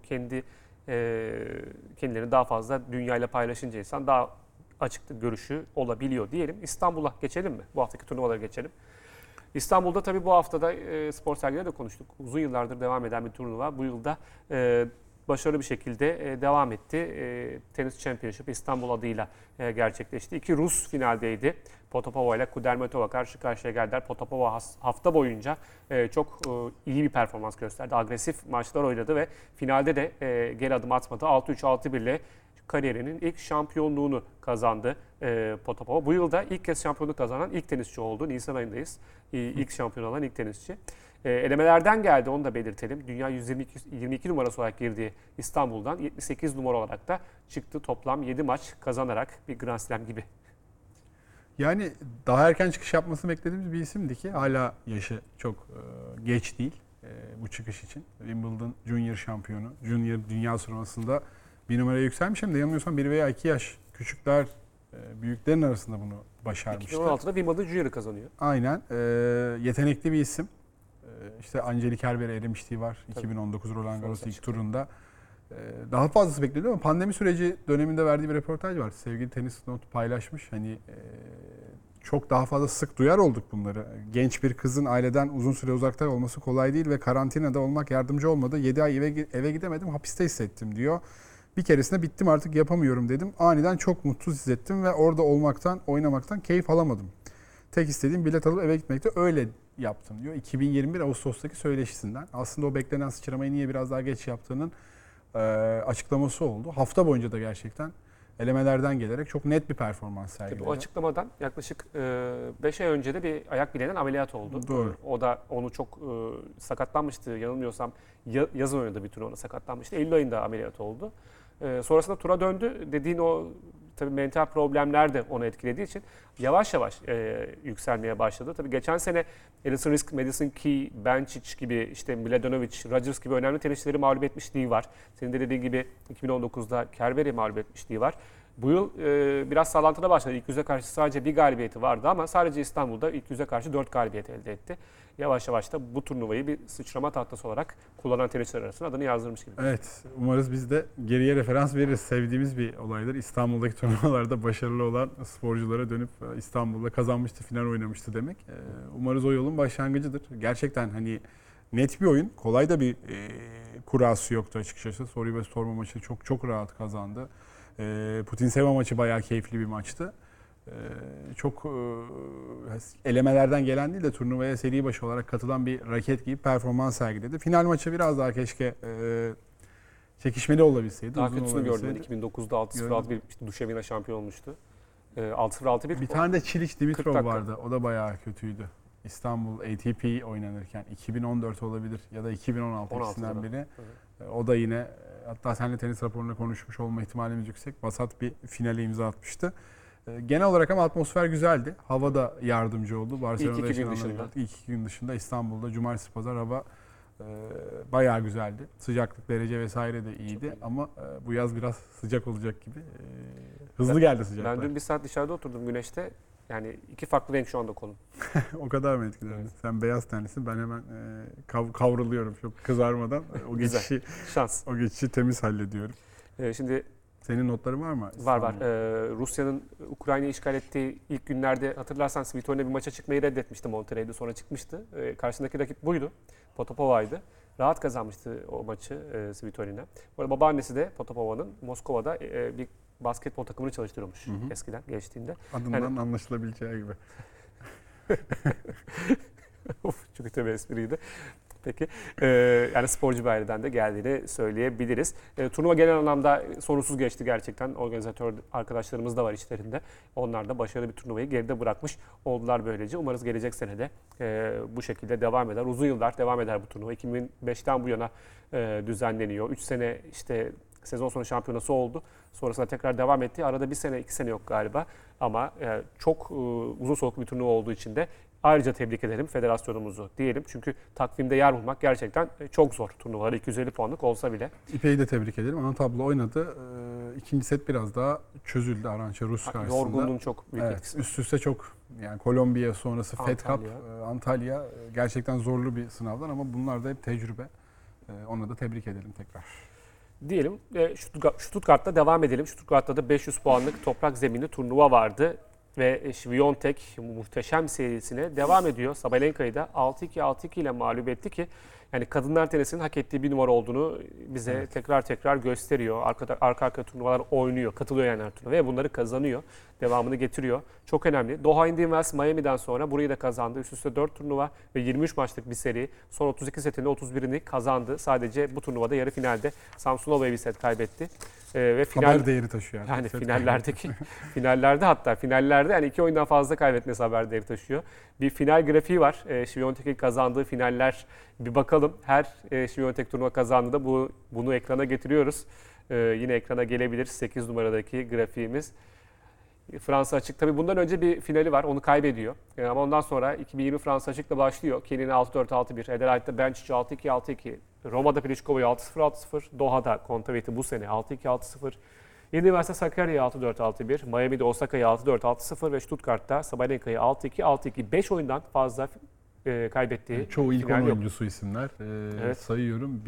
Kendilerini daha fazla dünyayla paylaşınca insan daha açık görüşü olabiliyor diyelim. İstanbul'a geçelim mi? Bu haftaki turnuvalara geçelim. İstanbul'da tabii bu haftada spor sergileri de konuştuk. Uzun yıllardır devam eden bir turnuva. Bu yılda başarılı bir şekilde devam etti. Tennis Championship İstanbul adıyla gerçekleşti. İki Rus finaldeydi. Potapova ile Kudermetova karşı karşıya geldiler. Potapova hafta boyunca çok iyi bir performans gösterdi. Agresif maçlar oynadı ve finalde de geri adım atmadı. 6-3, 6-1 ile kariyerinin ilk şampiyonluğunu kazandı Potapova. Bu yılda ilk kez şampiyonluk kazanan ilk tenisçi oldu. Nisan ayındayız. İlk şampiyon olan ilk tenisçi. Elemelerden geldi, onu da belirtelim. Dünya 122 numarası olarak girdiği İstanbul'dan 78 numara olarak da çıktı. Toplam 7 maç kazanarak bir Grand Slam gibi. Yani daha erken çıkış yapmasını beklediğimiz bir isimdi ki hala yaşı çok geç değil bu çıkış için. Wimbledon Junior şampiyonu. Junior dünya sıralamasında bir numaraya yükselmiş, hem de yanılmıyorsam 1 veya 2 yaş küçükler büyüklerin arasında bunu başarmıştı. 2016'da Wimbledon Junior'ı kazanıyor. Aynen. Yetenekli bir isim. İşte Angelique Kerber'e elemişliği var. Tabii. 2019 Roland Garros ilk turunda. Daha fazlası bekleniyor ama pandemi süreci döneminde verdiği bir röportaj var. Sevgili Tenis Not paylaşmış. Hani çok daha fazla sık duyar olduk bunları. Genç bir kızın aileden uzun süre uzakta olması kolay değil ve karantinada olmak yardımcı olmadı. 7 ay eve gidemedim, hapiste hissettim diyor. Bir keresinde bittim artık yapamıyorum dedim. Aniden çok mutsuz hissettim ve orada olmaktan, oynamaktan keyif alamadım. Tek istediğim bilet alıp eve gitmekti. Öyle yaptım diyor. 2021 Ağustos'taki söyleşisinden. Aslında o beklenen sıçramayı niye biraz daha geç yaptığının açıklaması oldu. Hafta boyunca da gerçekten elemelerden gelerek çok net bir performans sergiledi. Tabii o açıklamadan yaklaşık 5 ay önce de bir ayak bileğinden ameliyat oldu. Doğru. O da onu çok sakatlanmıştı. Yanılmıyorsam yazın oynadığı bir turnuva sakatlanmıştı. Eylül ayında ameliyat oldu. Sonrasında tura döndü. Dediğin o tabii mental problemler de onu etkilediği için yavaş yavaş yükselmeye başladı. Tabii geçen sene Alison Risk, Madison Key, Bencic gibi, işte Mladenovic, Rodgers gibi önemli tenisçileri mağlup etmişliği var. Senin de dediğin gibi 2019'da Kerber'i mağlup etmişliği var. Bu yıl biraz sallantıda başladı. İlk yüze karşı sadece bir galibiyeti vardı ama sadece İstanbul'da ilk yüze karşı 4 galibiyet elde etti. Yavaş yavaş da bu turnuvayı bir sıçrama tahtası olarak kullanan tenisçiler arasında adını yazdırmış gibi. Evet, umarız biz de geriye referans veririz. Sevdiğimiz bir olaydır. İstanbul'daki turnuvalarda başarılı olan sporculara dönüp İstanbul'da kazanmıştı, final oynamıştı demek. Umarız o yolun başlangıcıdır. Gerçekten hani net bir oyun. Kolay da bir kurası yoktu açıkçası. Soru ve sorma maçı çok rahat kazandı. Putin Seva maçı bayağı keyifli bir maçtı. Çok elemelerden gelen değil de turnuvaya seri başı olarak katılan bir raket gibi performans sergiledi. Final maçı biraz daha keşke çekişmeli olabilseydi. Daha kötüsünü gördüm. 2009'da 6-0-6-1 işte Duşevina şampiyon olmuştu. 6-0-6-1. Bir tane de Çiliç Dimitrov vardı. O da bayağı kötüydü. İstanbul ATP oynanırken 2014 olabilir ya da 2016 ikisinden biri. O da yine, hatta seninle tenis raporunda konuşmuş olma ihtimalimiz yüksek. Vasat bir finale imza atmıştı. Genel olarak ama atmosfer güzeldi. Hava da yardımcı oldu. Barcelona'da İlk iki gün yaşananlara dışında. göre. İlk 2 gün dışında İstanbul'da cumartesi pazar hava bayağı güzeldi. Sıcaklık derece vesaire de iyiydi ama bu yaz biraz sıcak olacak gibi. Hızlı geldi sıcaklar. Ben dün bir saat dışarıda oturdum güneşte. Yani 2 farklı renk şu anda kolum. O kadar mı etkilendin? Evet. Sen beyaz tenlisin. Ben hemen kavruluyorum çok kızarmadan. O Güzel. geçişi Şans. o geçişi temiz hallediyorum. Şimdi Senin notların var mı? var. İstanbul? Rusya'nın Ukrayna'yı işgal ettiği ilk günlerde hatırlarsan Svitolina bir maça çıkmayı reddetmişti Monterrey'de. Sonra çıkmıştı. Karşısındaki rakip buydu. Potapova'ydı. Rahat kazanmıştı o maçı Svitolina. Bu arada babaannesi de Potapova'nın Moskova'da bir basketbol takımını çalıştırıyormuş eskiden gençliğinde. Adından Yani- anlaşılabileceği gibi. Of, çok kötü bir espriydi. Peki. Yani sporcu bir aileden de geldiğini söyleyebiliriz. Turnuva genel anlamda sorunsuz geçti gerçekten. Organizatör arkadaşlarımız da var içlerinde. Onlar da başarılı bir turnuvayı geride bırakmış oldular böylece. Umarız gelecek sene de bu şekilde devam eder. Uzun yıllar devam eder bu turnuva. 2005'ten bu yana düzenleniyor. 3 sene işte sezon sonu şampiyonası oldu. Sonrasında tekrar devam etti. Arada 1 sene 2 sene yok galiba. Ama çok uzun soluklu bir turnuva olduğu için de ayrıca tebrik edelim federasyonumuzu diyelim. Çünkü takvimde yer bulmak gerçekten çok zor. Turnuvalar 250 puanlık olsa bile. İpek'i de tebrik edelim. Ana tablo oynadı. İkinci set biraz daha çözüldü Arantxa Rus karşısında. Yorgunluğun çok büyük Evet, etkisi. üst üste çok yani Kolombiya sonrası Fed Cup, Antalya. Antalya gerçekten zorlu bir sınavdan ama bunlar da hep tecrübe. Ona da tebrik edelim tekrar. Diyelim Stuttgart'ta devam edelim. Stuttgart'ta da 500 puanlık toprak zeminli turnuva vardı. Ve Świątek muhteşem serisine devam ediyor. Sabalenka'yı da 6-2, 6-2 ile mağlup etti ki yani kadınlar tenisinin hak ettiği bir numara olduğunu bize tekrar gösteriyor. Arka turnuvalar oynuyor, katılıyor yani her turnuvaya ve bunları kazanıyor. Devamını getiriyor. Çok önemli. Doha Indian Wells Miami'den sonra burayı da kazandı. Üst üste 4 turnuva ve 23 maçlık bir seri. Son 32 setinde 31'ini kazandı. Sadece bu turnuvada yarı finalde Samsonova'ya bir set kaybetti. Ve final Haber değeri taşıyor. yani Set finallerde hatta finallerde yani 2 oyundan fazla kaybetmesi haber değeri taşıyor. Bir final grafiği var. Świątek'in kazandığı finaller bir bakalım. Her Świątek turnuva kazandığında bunu ekrana getiriyoruz. Yine ekrana gelebilir 8 numaradaki grafiğimiz. Fransa Açık tabii bundan önce bir finali var. Onu kaybediyor. Ama ondan sonra 2020 Fransa Açık'la başlıyor. Kenini 6-4 6-1, Adelaide'de Bencic'i 6-2 6-2, Roma'da Pliškova'yı 6-0 6-0, Doha'da Kontaveit bu sene 6-2 6-0. Üniversite Sakarya'yı 6-4 6-1, Miami'de Osaka'yı 6-4 6-0 ve Stuttgart'ta Sabalenka'yı 6-2 6-2. 5 oyundan fazla kaybettiği çoğu ilk 10 final yok. oyuncusu isimler. Evet. Sayıyorum.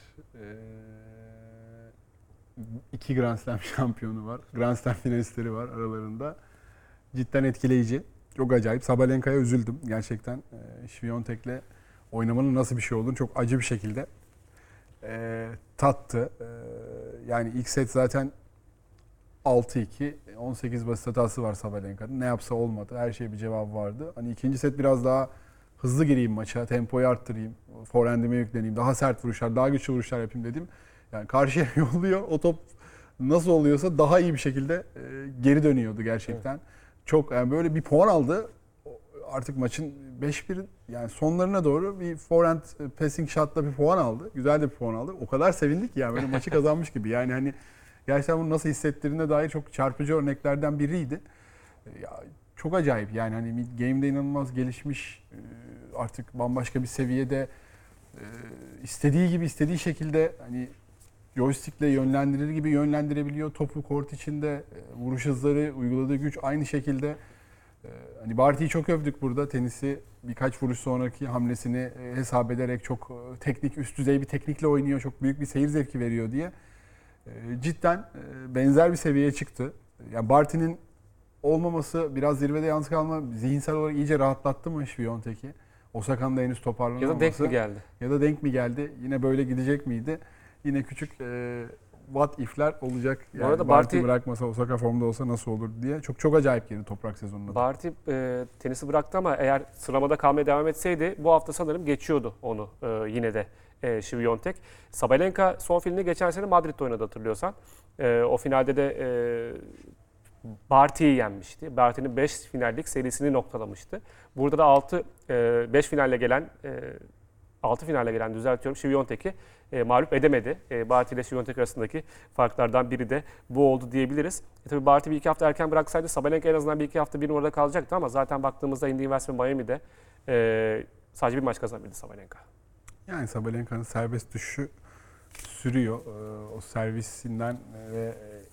2 Grand Slam şampiyonu var. Grand Slam finalistleri var aralarında. Cidden etkileyici. Çok acayip. Sabalenka'ya üzüldüm. Gerçekten Świątek'le oynamanın nasıl bir şey olduğunu çok acı bir şekilde tattı. Yani ilk set zaten 6-2. 18 basit hatası var Sabalenka'nın. Ne yapsa olmadı. Her şeye bir cevabı vardı. Hani ikinci set biraz daha hızlı gireyim maça. Tempoyu arttırayım. Forehand'ime yükleneyim. Daha sert vuruşlar, daha güçlü vuruşlar yapayım dedim. Yani karşıya yolluyor. O top nasıl oluyorsa daha iyi bir şekilde geri dönüyordu gerçekten. Evet. Çok yani böyle bir puan aldı. Artık maçın 5-1 yani sonlarına doğru bir forehand passing shot'la bir puan aldı. Güzel de bir puan aldı. O kadar sevindik ki yani böyle maçı kazanmış gibi. Yani hani gerçekten bunu nasıl hissettirdiğine dair çok çarpıcı örneklerden biriydi. Ya, çok acayip yani hani game'de inanılmaz gelişmiş. Artık bambaşka bir seviyede istediği gibi istediği şekilde hani joystick'le yönlendirir gibi yönlendirebiliyor. Topu kort içinde vuruş hızları, uyguladığı güç aynı şekilde. Hani Barty'yi çok övdük burada. Tenisi birkaç vuruş sonraki hamlesini hesap ederek çok teknik, üst düzey bir teknikle oynuyor. Çok büyük bir seyir zevki veriyor diye. Cidden benzer bir seviyeye çıktı. Yani Barty'nin olmaması, biraz zirvede yalnız kalma zihinsel olarak iyice rahatlattı mı Świątek'i? Osaka'nın da henüz toparlanamaması. Ya da denk mi geldi? Ya da denk mi geldi? Yine böyle gidecek miydi? Yine küçük what if'ler olacak. Yani bu arada Barty bırakmasa, Osaka formda olsa nasıl olur diye. Çok acayip girdi toprak sezonunda. Barty tenisi bıraktı ama eğer sıralamada kalmaya devam etseydi bu hafta sanırım geçiyordu onu yine de Świątek. Sabalenka son finalini geçen sene Madrid'de oynadı hatırlıyorsan. O finalde de Barty'yi yenmişti. Barty'nin 5 finallik serisini noktalamıştı. Burada da 5 finalle gelen 6 finale gelen düzeltiyorum Świątek'i mağlup edemedi. Barty ile Świątek arasındaki farklardan biri de bu oldu diyebiliriz. Tabii Barty bir iki hafta erken bıraksaydı Sabalenka en azından bir iki hafta bir numarada kalacaktı ama zaten baktığımızda Indy Wells ve Miami'de sadece bir maç kazanabildi Sabalenka. Yani Sabalenka'nın serbest düşüşü sürüyor. O servisinden ve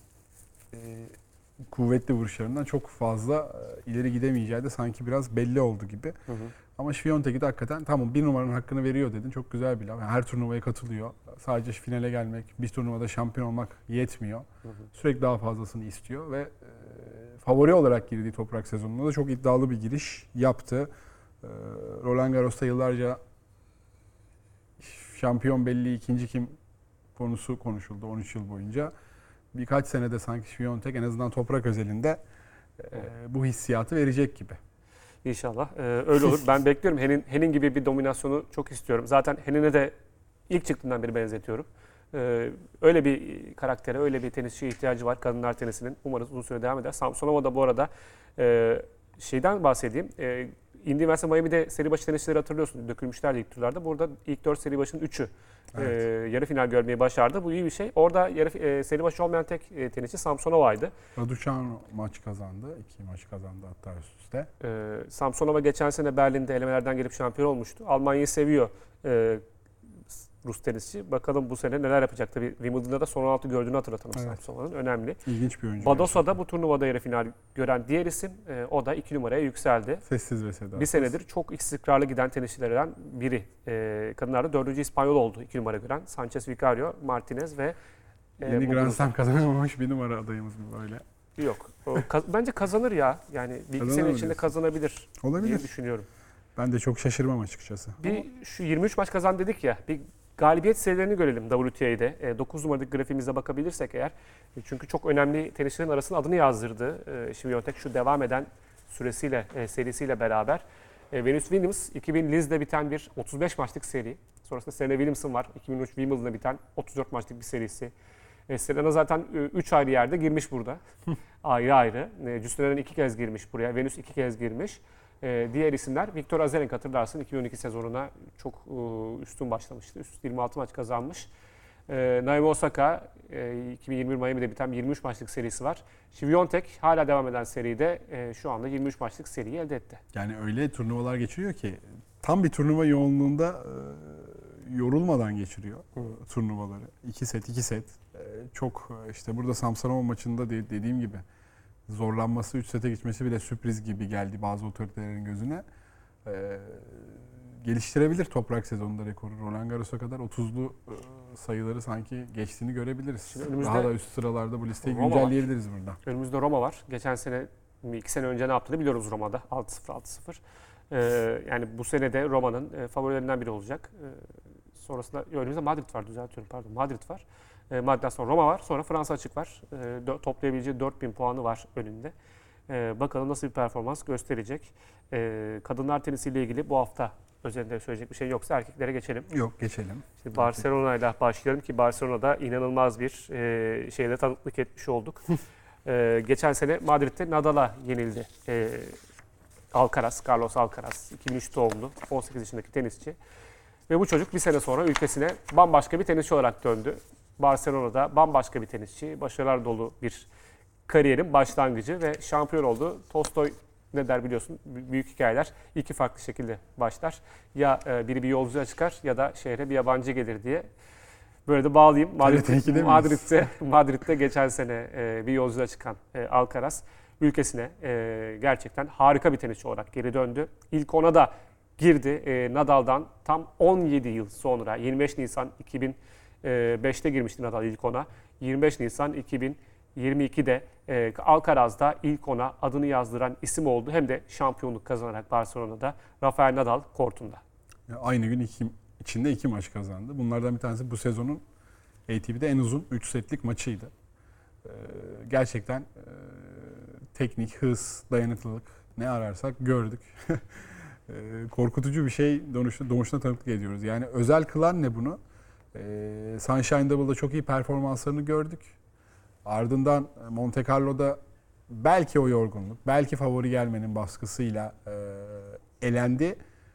kuvvetli vuruşlarından çok fazla ileri gidemeyeceği de sanki biraz belli oldu gibi. Hı hı. Ama Świątek'i de hakikaten tamam bir numaranın hakkını veriyor dedin. Çok güzel bir laf. Yani her turnuvaya katılıyor. Sadece finale gelmek, bir turnuvada şampiyon olmak yetmiyor. Hı hı. Sürekli daha fazlasını istiyor ve favori olarak girdiği toprak sezonunda da çok iddialı bir giriş yaptı. Roland Garros'ta yıllarca şampiyon belli, ikinci kim konusu konuşuldu 13 yıl boyunca. Birkaç senede sanki Świątek en azından toprak özelinde bu hissiyatı verecek gibi. İnşallah öyle olur. Ben bekliyorum. Henin gibi bir dominasyonu çok istiyorum. Zaten Henin'e de ilk çıktığından beri benzetiyorum. Öyle bir karaktere, öyle bir tenisçiye ihtiyacı var kadınlar tenisinin. Umarız uzun süre devam eder. Samsonova da bu arada şeyden bahsedeyim. Indy Wells Miami'de seri başı tenisçileri hatırlıyorsunuz. Dökülmüşlerdi ilk turlarda. Burada ilk 4 seri başının 3'ü yarı final görmeyi başardı. Bu iyi bir şey. Orada seri başı olmayan tek tenisçi Samsonova'ydı. Raducanu maç kazandı. 2 maç kazandı hatta üst üste. Samsonova geçen sene Berlin'de elemelerden gelip şampiyon olmuştu. Almanya'yı seviyor Rus tenisçi. Bakalım bu sene neler yapacak. Tabii Wimbledon'da da son 16 gördüğünü hatırlatalım Samsonova'nın. Önemli. İlginç bir oyuncu. Badosa'da bu turnuvada yarı final gören diğer isim. O da 2 numaraya yükseldi. Sessiz ve sedasız. Bir senedir çok istikrarlı giden tenisçilerden biri. Kadınlarda 4. İspanyol oldu 2 numara gören. Sanchez Vicario, Martinez ve yeni Grand Slam kazanamamış bir numara adayımız bu böyle. Yok. Bence kazanır ya. Yani bir iki sene içinde kazanabilir Olabilir diye düşünüyorum. Ben de çok şaşırmam açıkçası. Bir şu 23 maç kazan dedik ya. Bir galibiyet serilerini görelim WTA'de. 9 numaralık grafiğimize bakabilirsek eğer. Çünkü çok önemli tenisçilerin arasında adını yazdırdı. Świątek şu devam eden süresiyle, serisiyle beraber. Venus Williams 2000 Lizz'de biten bir 35 maçlık seri. Sonrasında Serena Williams'ın var. 2003 Wimbledon'da biten 34 maçlık bir serisi. Serena zaten 3 ayrı yerde girmiş burada. Ayrı ayrı. Justinian 2 kez girmiş buraya. Venus 2 kez girmiş. Diğer isimler Viktor Azarenka hatırlarsın 2012 sezonuna çok üstün başlamıştı. Üst 26 maç kazanmış. Naomi Osaka 2021 Miami'de biten 23 maçlık serisi var. Świątek hala devam eden seride şu anda 23 maçlık seriyi elde etti. Yani öyle turnuvalar geçiriyor ki tam bir turnuva yoğunluğunda yorulmadan geçiriyor turnuvaları. 2 set, 2 set. Çok işte burada Samsonova maçında dediğim gibi zorlanması 3 sete geçmesi bile sürpriz gibi geldi bazı otoritelerin gözüne. Geliştirebilir toprak sezonunda rekoru. Roland Garros'a kadar 30'lu sayıları sanki geçtiğini görebiliriz. Daha da üst sıralarda bu listeyi güncelleyebiliriz burada. Önümüzde Roma var. Geçen sene, 2 sene önce ne yaptığını biliyoruz Roma'da. 6-0, 6-0. Yani bu sene de Roma'nın favorilerinden biri olacak. Sonrasında önümüzde Madrid var, düzeltiyorum pardon. Madrid var. Madrid'den sonra Roma var. Sonra Fransa açık var. Toplayabileceği 4000 puanı var önünde. Bakalım nasıl bir performans gösterecek. Kadınlar tenisiyle ilgili bu hafta özelinde söyleyecek bir şey yoksa erkeklere geçelim. Yok geçelim. Şimdi Barcelona ile başlayalım ki Barcelona'da inanılmaz bir şeyle tanıklık etmiş olduk. Geçen sene Madrid'de Nadal'a yenildi. Carlos Alcaraz, 2003 doğumlu, 18 yaşındaki tenisçi. Ve bu çocuk bir sene sonra ülkesine bambaşka bir tenisçi olarak döndü. Barcelona'da bambaşka bir tenisçi, başarılar dolu bir kariyerin başlangıcı ve şampiyon oldu. Tolstoy ne der biliyorsun, büyük hikayeler iki farklı şekilde başlar. Ya biri bir yolculuğa çıkar ya da şehre bir yabancı gelir diye. Böyle de bağlayayım. Madrid'de geçen sene bir yolculuğa çıkan Alcaraz ülkesine gerçekten harika bir tenisçi olarak geri döndü. İlk ona da girdi. Nadal'dan tam 17 yıl sonra 25 Nisan 2005'te girmişti Nadal ilk ona. 25 Nisan 2022'de Alcaraz'da ilk ona adını yazdıran isim oldu. Hem de şampiyonluk kazanarak Barcelona'da Rafael Nadal kortunda. Aynı gün içinde 2 maç kazandı. Bunlardan bir tanesi bu sezonun ATP'de en uzun 3 setlik maçıydı. Gerçekten teknik, hız, dayanıklılık ne ararsak gördük. Korkutucu bir şey doğuşuna tanıklık ediyoruz. Yani özel kılan ne bunu? Sunshine Double'da çok iyi performanslarını gördük. Ardından Monte Carlo'da belki o yorgunluk, belki favori gelmenin baskısıyla elendi.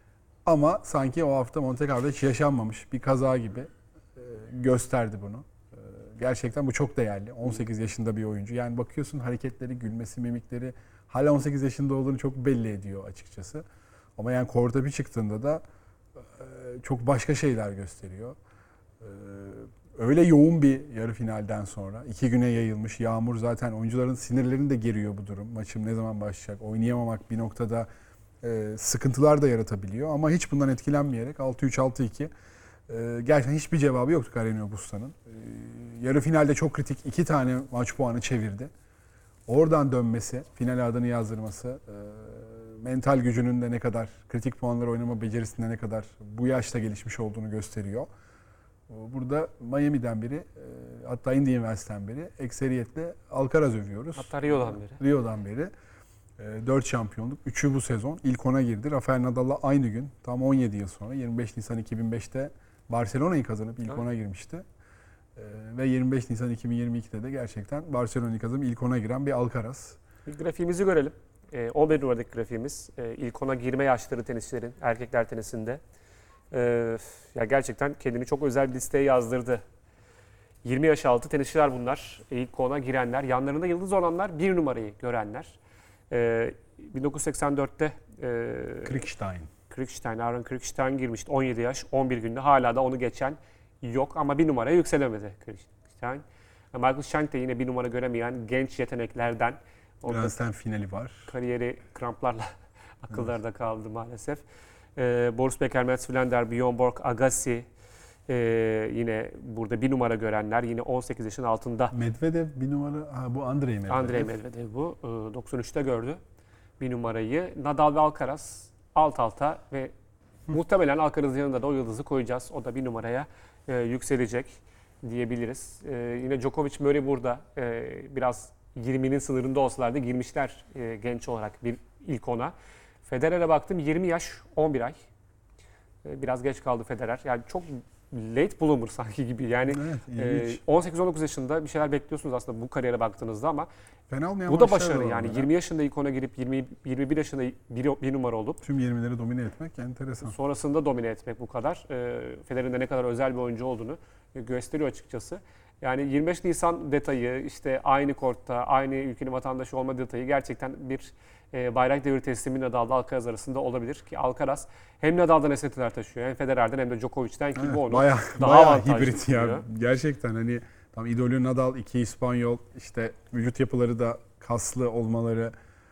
Ama sanki o hafta Monte Carlo'da hiç yaşanmamış bir kaza gibi gösterdi bunu. Gerçekten bu çok değerli. 18 yaşında bir oyuncu. Yani bakıyorsun hareketleri, gülmesi, mimikleri hala 18 yaşında olduğunu çok belli ediyor açıkçası. Ama yani korta bir çıktığında da çok başka şeyler gösteriyor. Öyle yoğun bir yarı finalden sonra 2 güne yayılmış yağmur zaten oyuncuların sinirlerini de geriyor bu durum. Maçım ne zaman başlayacak? Oynayamamak bir noktada sıkıntılar da yaratabiliyor. Ama hiç bundan etkilenmeyerek 6-3, 6-2 gerçekten hiçbir cevabı yoktu Carreño Busta'nın. Yarı finalde çok kritik 2 tane maç puanı çevirdi. Oradan dönmesi, finale adını yazdırması, mental gücünün de ne kadar, kritik puanları oynama becerisinde ne kadar bu yaşta gelişmiş olduğunu gösteriyor. Burada Miami'den beri, hatta Indian Wells'ten beri ekseriyetle Alcaraz övüyoruz. Hatta Rio'dan beri. Rio'dan beri 4 şampiyonluk, 3'ü bu sezon. İlk 10'a girdi. Rafael Nadal'la aynı gün, tam 17 yıl sonra 25 Nisan 2005'te Barcelona'yı kazanıp ilk 10'a girmişti. Ve 25 Nisan 2022'de de gerçekten Barcelona'yı kazanıp ilk 10'a giren bir Alcaraz. Bir grafiğimizi görelim. 11 numaradaki grafiğimiz. İlk 10'a girme yaşları tenisçilerin, erkekler tenisinde. Ya gerçekten kendini çok özel bir listeye yazdırdı. 20 yaş altı tenisçiler bunlar. İlk 10'a girenler. Yanlarında yıldız olanlar 1 numarayı görenler. 1984'te Aaron Krickstein girmişti. 17 yaş, 11 günde. Hala da onu geçen yok ama 1 numaraya yükselemedi Krickstein. Michael Shank de yine 1 numara göremeyen genç yeteneklerden. Grand Slam finali var. Kariyeri kramplarla akıllarda kaldı maalesef. Boris Becker, Mats Wilander, Bjorn Borg, Agassi yine burada 1 numara görenler. Yine 18 yaşın altında. Medvedev 1 numara. Bu Andrei Medvedev. Andrei Medvedev bu. 93'te gördü 1 numarayı. Nadal ve Alcaraz alt alta ve muhtemelen Alcaraz'ın yanında da o yıldızı koyacağız. O da 1 numaraya yükselecek diyebiliriz. Yine Djokovic, Murray burada biraz 20'nin sınırında olsalardı girmişler genç olarak bir ilk 10'a. Federer'e baktım 20 yaş 11 ay. Biraz geç kaldı Federer. Yani çok late bloomer sanki gibi. Yani evet, 18-19 yaşında bir şeyler bekliyorsunuz aslında bu kariyere baktığınızda ama fena olmayan bu da maçlar başarı var yani. orada. 20 yaşında ilk 10'a girip 21 yaşında bir numara olup Tüm 20'leri domine etmek enteresan. sonrasında domine etmek bu kadar. Federer'in de ne kadar özel bir oyuncu olduğunu gösteriyor açıkçası. Yani 25 Nisan detayı, işte aynı kortta, aynı ülkenin vatandaşı olma detayı gerçekten bir bayrak devri teslimi Nadal'la Alcaraz arasında olabilir. Ki Alcaraz hem Nadal'dan esintiler taşıyor hem Federer'den hem de Djokovic'ten ki bu onu daha bayağı avantajlı hibrit ya. tutuyor. Gerçekten hani tam idolü Nadal, 2 İspanyol, işte vücut yapıları da kaslı olmaları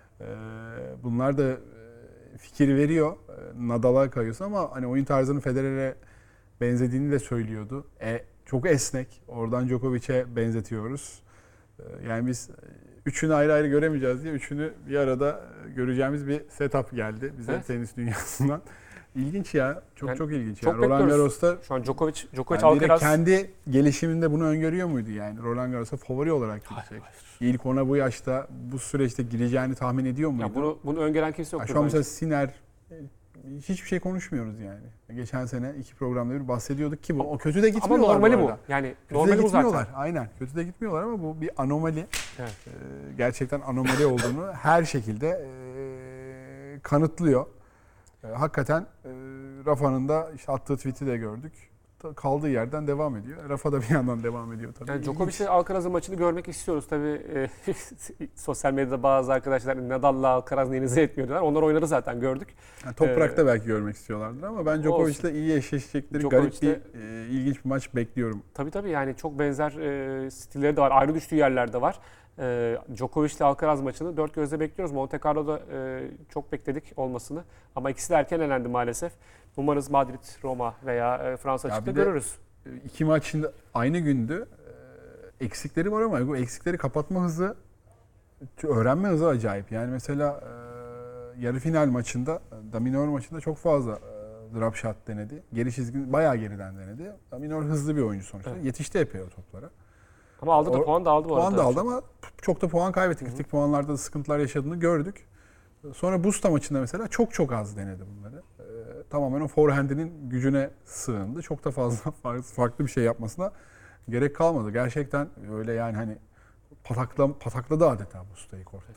bunlar da fikir veriyor. Nadal'a kayıyorsun ama hani oyun tarzının Federer'e benzediğini de söylüyordu. Çok esnek. Oradan Djokovic'e benzetiyoruz. Yani biz üçünü ayrı ayrı göremeyeceğiz diye üçünü bir arada göreceğimiz bir setup geldi bize tenis dünyasından. İlginç ya. Çok Yani çok ilginç. çok Yani Roland Garros'ta Şu an Djokovic yani Alcaraz kendi gelişiminde bunu öngörüyor muydu yani? Roland Garros'a favori olarak gidecek. İlk ona bu yaşta, bu süreçte gireceğini tahmin ediyor muydu? ya bunu öngören kimse yoktur Şu an bence. mesela Sinner hiçbir şey konuşmuyoruz yani. Geçen sene 2 programda bir bahsediyorduk ki bu o kötü de Ama gitmiyorlar. normali bu bu. arada. Yani Kötü de normali bu gitmiyorlar. zaten. Aynen. Kötü de gitmiyorlar ama bu bir anomali. Evet. Gerçekten anomali olduğunu her şekilde kanıtlıyor. Hakikaten Rafa'nın da işte attığı tweet'i de gördük. Kaldığı yerden devam ediyor. Rafa da bir yandan devam ediyor tabii. Yani Djokovic'le Alcaraz'ın maçını görmek istiyoruz tabii. Sosyal medyada bazı arkadaşlar Nadal'la Alcaraz neyinize etmiyor diyorlar. Onlar oynadı zaten gördük. Yani toprakta belki görmek istiyorlardır ama ben Djokovic'le iyi eşleşecekleri garip bir ilginç bir maç bekliyorum. Tabii yani çok benzer stilleri de var. Ayrı düştüğü yerler de var. Djokovic'le Alcaraz maçını dört gözle bekliyoruz. Monte Carlo'da çok bekledik olmasını. Ama ikisi de erken elendi maalesef. Umarız Madrid, Roma veya Fransa açıkta görürüz. 2 maçın aynı gündü. Eksikleri var ama bu eksikleri kapatma hızı, öğrenme hızı acayip. Yani mesela yarı final maçında, Daminor maçında çok fazla drop shot denedi. Geri çizgi bayağı geriden denedi. Daminor hızlı bir oyuncu sonuçta. Evet. Yetişti epey o toplara. Ama aldı da puan da aldı bu arada. Puan da aldı ama çok da puan kaybetti. Kritik puanlarda da sıkıntılar yaşadığını gördük. Sonra Busta maçında mesela çok az denedi bunları. Tamamen o forehand'inin gücüne sığındı. Çok da fazla farklı bir şey yapmasına gerek kalmadı. Gerçekten öyle yani hani patakladı adeta Busta'yı kortta.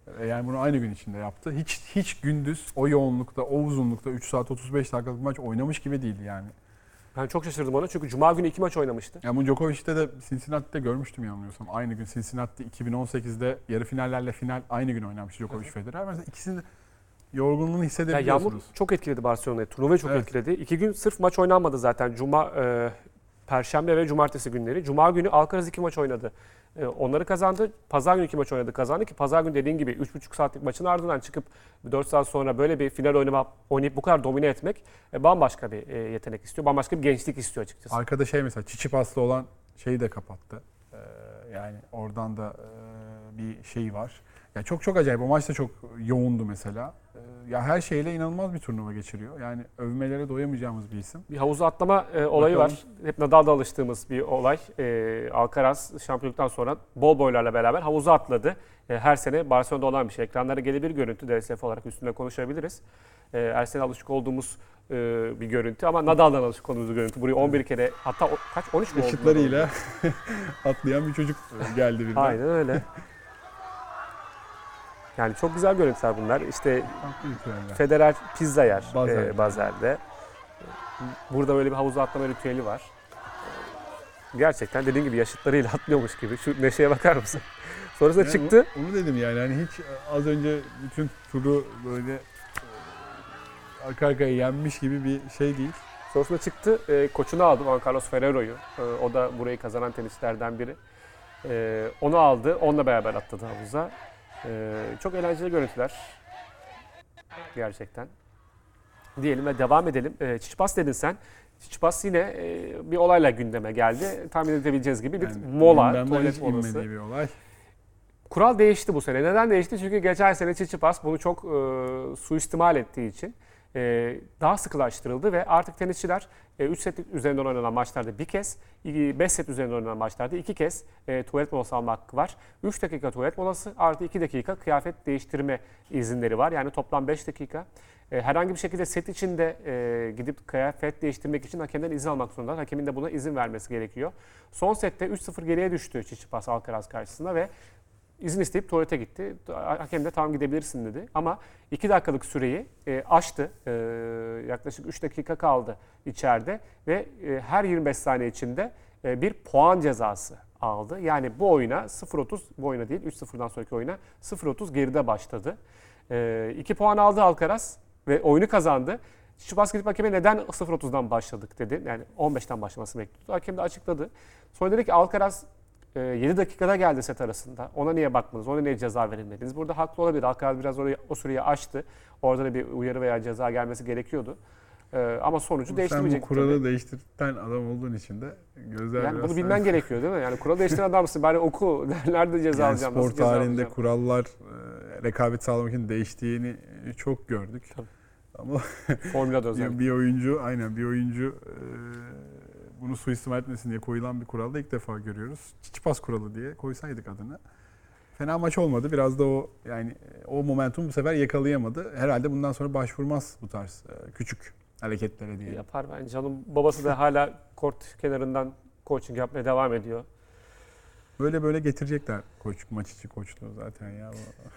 Yani bunu aynı gün içinde yaptı. Hiç gündüz o yoğunlukta, o uzunlukta 3 saat 35 dakikalık maç oynamış gibi değil yani. Ben çok şaşırdım ona çünkü Cuma günü 2 maç oynamıştı. Yani bu Djokovic'te de Cincinnati'de görmüştüm yanılmıyorsam. Aynı gün Cincinnati 2018'de yarı finallerle final aynı gün oynamış Djokovic Federer. Mesela ikisinin yorgunluğunu Ya hissedebiliyorsunuz. yağmur çok etkiledi Barcelona'yı. Turnuvayı çok Evet. etkiledi. 2 gün sırf maç oynanmadı zaten. Perşembe ve Cumartesi günleri. Cuma günü Alcaraz 2 maç oynadı. Onları kazandı. Pazar günü 2 maç oynadı, kazandı ki Pazar günü dediğin gibi 3,5 saatlik maçın ardından çıkıp 4 saat sonra böyle bir final oynayıp bu kadar domine etmek bambaşka bir yetenek istiyor. Bambaşka bir gençlik istiyor açıkçası. Arkada mesela Çiçipas'la olan şeyi de kapattı. Yani oradan da bir şey var. Ya çok acayip. O maç da çok yoğundu mesela. Ya her şeyle inanılmaz bir turnuva geçiriyor. Yani övmelere doyamayacağımız bir isim. Bir havuza atlama olayı Bakalım. var. Hep Nadal'da alıştığımız bir olay. Alcaraz şampiyonluktan sonra bol boylarla beraber havuza atladı. Her sene Barcelona'da olan bir şey. Ekranlara gelebilir görüntü. DSF olarak üstünde konuşabiliriz. Her sene alışık olduğumuz bir görüntü ama Nadal'dan alışık olduğumuz bir görüntü. Buraya 11 kere hatta kaç 13 mü oldu? Yaşıtlarıyla atlayan bir çocuk geldi birden. Aynen öyle. Yani çok güzel görüntüler bunlar. İşte Farklı ritüeller. Federer pizza yer Bazel'de. Bazel'de. Burada böyle bir havuza atlama ritüeli var. Gerçekten dediğin gibi yaşıtlarıyla atlıyormuş gibi. Şu neşeye bakar mısın? Sonrasında Yani çıktı. Onu dedim yani hani hiç az önce bütün turu böyle arka arkaya yenmiş gibi bir şey değil. Sonrasında çıktı. Koçunu aldı Juan Carlos Ferrero'yu. O da burayı kazanan tenisçilerden biri. Onu aldı. Onunla beraber atladı havuza. Çok eğlenceli görüntüler. Gerçekten. Diyelim ve devam edelim. Çiçipas dedin sen. Çiçipas yine bir olayla gündeme geldi. Tahmin edebileceğiniz gibi bir Yani mola, gündemden tuvalet hiç molası. inmediği bir olay. Kural değişti bu sene. Neden değişti? Çünkü geçen sene Tsitsipas bunu çok suistimal ettiği için daha sıkılaştırıldı ve artık tenisçiler 3 set üzerinden oynanan maçlarda bir kez, 5 set üzerinden oynanan maçlarda 2 kez tuvalet molası alma hakkı var. 3 dakika tuvalet molası artı 2 dakika kıyafet değiştirme izinleri var. Yani toplam 5 dakika. Herhangi bir şekilde set içinde gidip kıyafet değiştirmek için hakemden izin almak zorunda. Hakemin de buna izin vermesi gerekiyor. Son sette 3-0 geriye düştü Tsitsipas Alcaraz karşısında ve İzin isteyip tuvalete gitti. Hakem de tamam gidebilirsin dedi. Ama 2 dakikalık süreyi aştı. Yaklaşık 3 dakika kaldı içeride. Ve her 25 saniye içinde bir puan cezası aldı. Yani bu oyuna 0.30, bu oyuna değil 3-0'dan sonraki oyuna 0.30 geride başladı. 2 puan aldı Alcaraz ve oyunu kazandı. Tsitsipas gidip hakeme neden 0.30'dan başladık dedi. Yani 15'ten başlamasını bekliyordu. Hakem de açıkladı. Sonra dedi ki Alcaraz 7 dakikada geldi set arasında. Ona niye bakmadınız? Ona niye ceza verilmediniz? Burada haklı olabilir. Alcaraz biraz o süreyi aştı. Orada da bir uyarı veya ceza gelmesi gerekiyordu. Ama sonucu Sen bu değiştirmeyecek. kuralı değiştiren adam olduğun için de gözler Yani biraz bunu bilmen gerekiyor değil mi? Yani kuralı değiştiren adamsın. Bari oku. Nerede ceza yani alacağım? spor Nasıl ceza tarihinde alacağım? kurallar rekabet sağlamak için değiştiğini çok gördük. Tabii. Ama Formüla'da özellikle. bir oyuncu bunu suistimal etmesin diye koyulan bir kuralda ilk defa görüyoruz. Tsitsipas kuralı diye koysaydık adını. Fena maç olmadı. Biraz da o momentum bu sefer yakalayamadı. Herhalde bundan sonra başvurmaz bu tarz küçük hareketlere diye. Yapar bence. Canım babası da hala kort kenarından coaching yapmaya devam ediyor. Böyle getirecekler maç içi koçluğu zaten ya.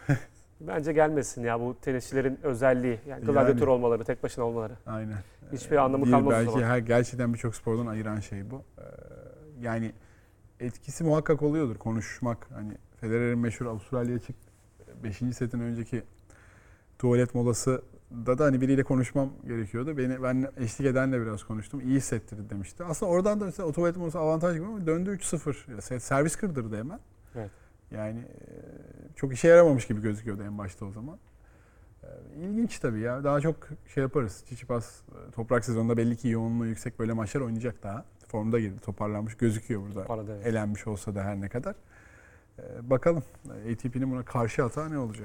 Bence gelmesin ya bu tenisçilerin özelliği. Yani gladyatör olmaları, tek başına olmaları. Aynen. Hiçbir anlamı Değil, kalmaz o belki zaman. gerçekten birçok spordan ayıran şey bu. Yani etkisi muhakkak oluyordur konuşmak. Hani Federer'in meşhur Avustralya'ya çık 5. setin önceki tuvalet molası da hani biriyle konuşmam gerekiyordu. Ben eşlik edenle biraz konuştum. İyi hissettirdi demişti. Aslında oradan da mesela o tuvalet molası avantaj gibi ama döndü 3-0. Servis kırdırdı hemen. Evet. Yani çok işe yaramamış gibi gözüküyordu en başta o zaman. İlginç tabii ya. Daha çok şey yaparız. Tsitsipas toprak sezonunda belli ki yoğunluğu yüksek böyle maçlar oynayacak daha. Formda girdi, toparlanmış gözüküyor burada. Parada, evet. Elenmiş olsa da her ne kadar. Bakalım ATP'nin buna karşı hata ne olacak?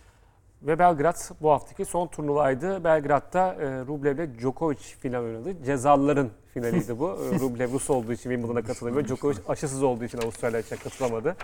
Ve Belgrad bu haftaki son turnuvaydı. Belgrad'da Rublev ile Djokovic final oynadı. Cezalıların finaliydi bu. Rublev Rus olduğu için Wimbledon'a katılamıyor. Djokovic aşısız olduğu için Avustralya'ya katılamadı.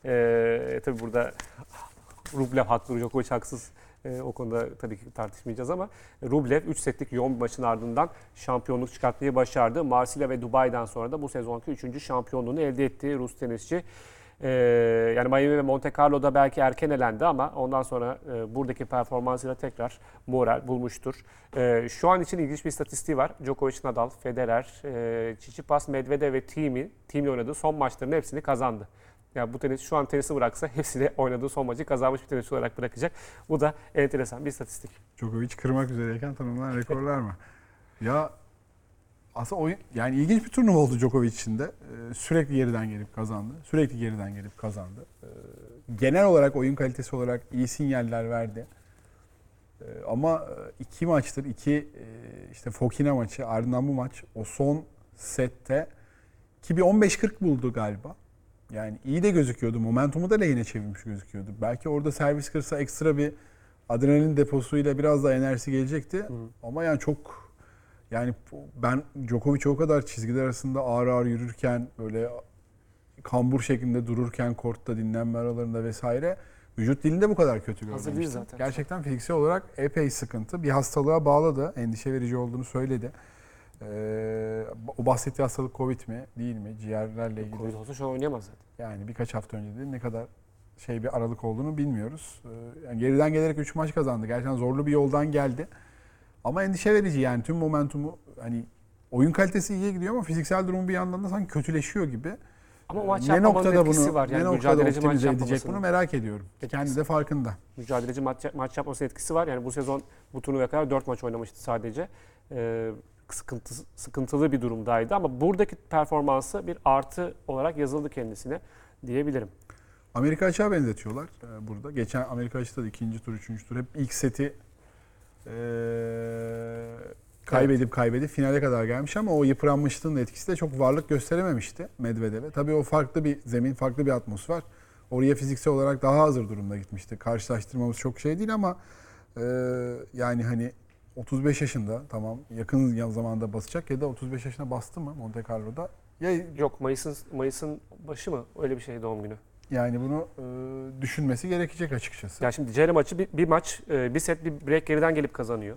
Tabii burada Rublev haklı, Djokovic haksız. O konuda tabii ki tartışmayacağız ama Rublev 3 setlik yoğun bir maçın ardından şampiyonluk çıkartmayı başardı. Marsilya ve Dubai'den sonra da bu sezonki 3. şampiyonluğunu elde etti Rus tenisçi. Yani Miami ve Monte Carlo'da belki erken elendi ama ondan sonra buradaki performansıyla tekrar moral bulmuştur. Şu an için ilginç bir istatistiği var. Djokovic, Nadal, Federer, Tsitsipas, Medvedev ve Thiem'le oynadığı son maçların hepsini kazandı. Yani bu tenis şu an tenisi bıraksa hepsini oynadığı son maçı kazanmış bir tenisçi olarak bırakacak. Bu da enteresan bir istatistik. Djokovic kırmak üzereyken tanımlanan rekorlar mı? Ya aslında oyun, yani ilginç bir turnuva oldu Djokovic için de. Sürekli geriden gelip kazandı. Sürekli geriden gelip kazandı. Genel olarak oyun kalitesi olarak iyi sinyaller verdi. Ama iki maçtır, işte Fokina maçı, ardından bu maç, o son sette ki bir 15-40 buldu galiba. Yani iyi de gözüküyordu. Momentumu da lehine çevirmiş gözüküyordu. Belki orada servis kırsa ekstra bir adrenalin deposuyla biraz daha enerjisi gelecekti. Ama yani ben Djokovic'i o kadar çizgiler arasında ağır ağır yürürken, böyle kambur şeklinde dururken kortta dinlenme aralarında vesaire vücut dilinde bu kadar kötü Hazır değil görmemiştim. zaten. Gerçekten fiziksel olarak epey sıkıntı. Bir hastalığa bağlı da endişe verici olduğunu söyledi. O bahsettiği hastalık Covid mi değil mi? Ciğerlerle ilgili. Covid olsa şu an oynayamaz zaten. Yani birkaç hafta önce de ne kadar bir aralık olduğunu bilmiyoruz. Yani geriden gelerek 3 maç kazandı. Gerçekten zorlu bir yoldan geldi. Ama endişe verici yani tüm momentumu, hani oyun kalitesi iyiye gidiyor ama fiziksel durumu bir yandan da sanki kötüleşiyor gibi. Ama o maç Ne yapmamanın noktada etkisi bunu, var. Yani ne noktada mücadeleci maç optimize edecek yapmamasının bunu merak ediyorum. etkisi. Kendi de farkında. Mücadeleci maç yapmasının etkisi var. Yani bu sezon bu turnuvaya kadar 4 maç oynamıştı sadece. Sıkıntılı bir durumdaydı ama buradaki performansı bir artı olarak yazıldı kendisine diyebilirim. Amerika açığa benzetiyorlar burada. Geçen Amerika açıkta da ikinci tur, üçüncü tur hep ilk seti kaybedip finale kadar gelmiş ama o yıpranmışlığın etkisi de çok varlık gösterememişti Medvedev'e. Tabii o farklı bir zemin, farklı bir atmosfer. Oraya fiziksel olarak daha hazır durumda gitmişti. Karşılaştırmamız çok değil ama yani hani 35 yaşında, tamam yakın zamanda basacak ya da 35 yaşına bastı mı Monte Carlo'da? Yok, Mayıs'ın başı mı? Öyle bir şey doğum günü. Yani bunu düşünmesi gerekecek açıkçası. Ya şimdi Cere maçı bir maç, bir set bir break geriden gelip kazanıyor.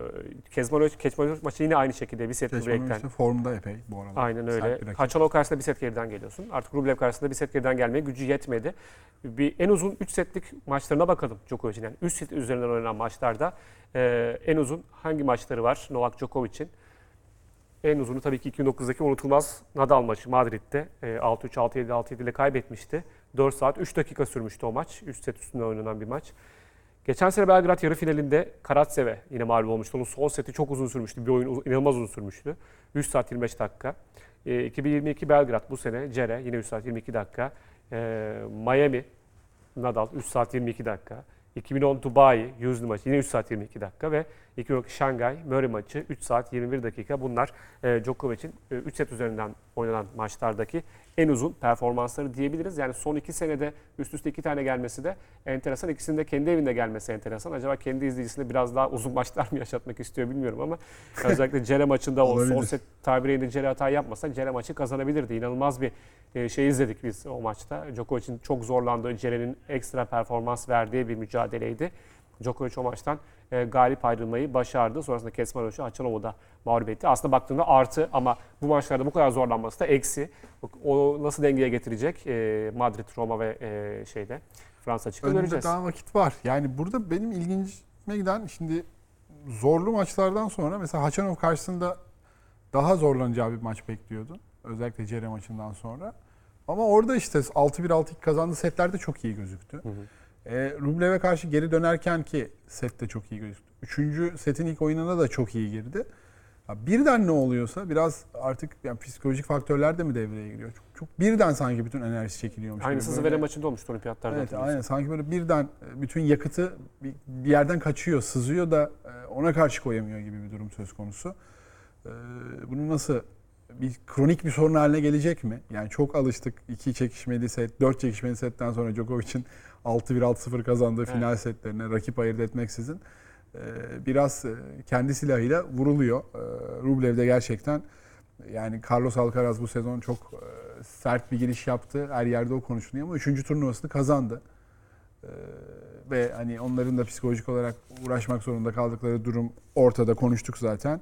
Kecmanovic maçı yine aynı şekilde bir set bir breakten. Işte formda epey bu arada. Aynen öyle. Khachanov karşısında bir set geriden geliyorsun. Artık Rublev karşısında bir set geriden gelmeye gücü yetmedi. En uzun 3 setlik maçlarına bakalım Djokovic'in. Yani 3 set üzerinden oynanan maçlarda en uzun hangi maçları var Novak Djokovic'in? En uzunu tabii ki 2009'daki unutulmaz Nadal maçı Madrid'de. 6-3, 6-7, 6-7 ile kaybetmişti. 4 saat 3 dakika sürmüştü o maç. 3 set üstünden oynanan bir maç. Geçen sene Belgrad yarı finalinde Karatsev'e yine mağlup olmuştu. Onun son seti çok uzun sürmüştü. Bir oyun inanılmaz uzun sürmüştü. 3 saat 25 dakika. 2022 Belgrad bu sene Cere yine 3 saat 22 dakika. Miami Nadal 3 saat 22 dakika. 2010 Dubai yüzlü maçı yine 3 saat 22 dakika ve 2012 Şangay Murray maçı 3 saat 21 dakika. Bunlar Djokovic'in 3 set üzerinden oynanan maçlardaki en uzun performansları diyebiliriz. Yani son 2 senede üst üste 2 tane gelmesi de enteresan. İkisinin de kendi evinde gelmesi enteresan. Acaba kendi izleyicisine biraz daha uzun maçlar mı yaşatmak istiyor bilmiyorum ama özellikle Cere maçında o son set tiebreak'inde Cere hata yapmasa Cere maçı kazanabilirdi. İnanılmaz bir şey izledik biz o maçta. Djokovic'in çok zorlandığı, Cere'nin ekstra performans verdiği bir mücadeleydi. Djokovic o maçtan galip ayrılmayı başardı. Sonrasında Kecmanovic'i Khachanov'u da mağlup etti. Aslında baktığında artı ama bu maçlarda bu kadar zorlanması da eksi. O nasıl dengeye getirecek Madrid, Roma ve Fransa açıkta göreceğiz. Önümüzde daha vakit var. Yani burada benim ilgincime giden şimdi zorlu maçlardan sonra mesela Khachanov karşısında daha zorlanacağı bir maç bekliyordun. Özellikle Cere maçından sonra. Ama orada işte 6-1, 6-2 kazandığı setlerde çok iyi gözüktü. Rublev'e karşı geri dönerken ki sette çok iyi gözüktü. 3. setin ilk oyununa da çok iyi girdi. Birden ne oluyorsa biraz artık yani psikolojik faktörler de mi devreye giriyor? Çok birden sanki bütün enerjisi çekiliyormuş. Aynısı Zverev maçında olmuştu olimpiyatlarda. Evet, aynen. Sanki böyle birden bütün yakıtı bir yerden kaçıyor, sızıyor da ona karşı koyamıyor gibi bir durum söz konusu. Bunu nasıl kronik bir sorun haline gelecek mi? Yani çok alıştık 2 çekişmeli set, 4 çekişmeli setten sonra Djokovic'in 6-1, 6-0 kazandığı final setlerine rakip ayırt etmeksizin biraz kendi silahıyla vuruluyor. Rublev de gerçekten yani Carlos Alcaraz bu sezon çok sert bir giriş yaptı. Her yerde o konuşuluyor ama 3. turnuvasını kazandı. Ve hani onların da psikolojik olarak uğraşmak zorunda kaldıkları durum ortada, konuştuk zaten.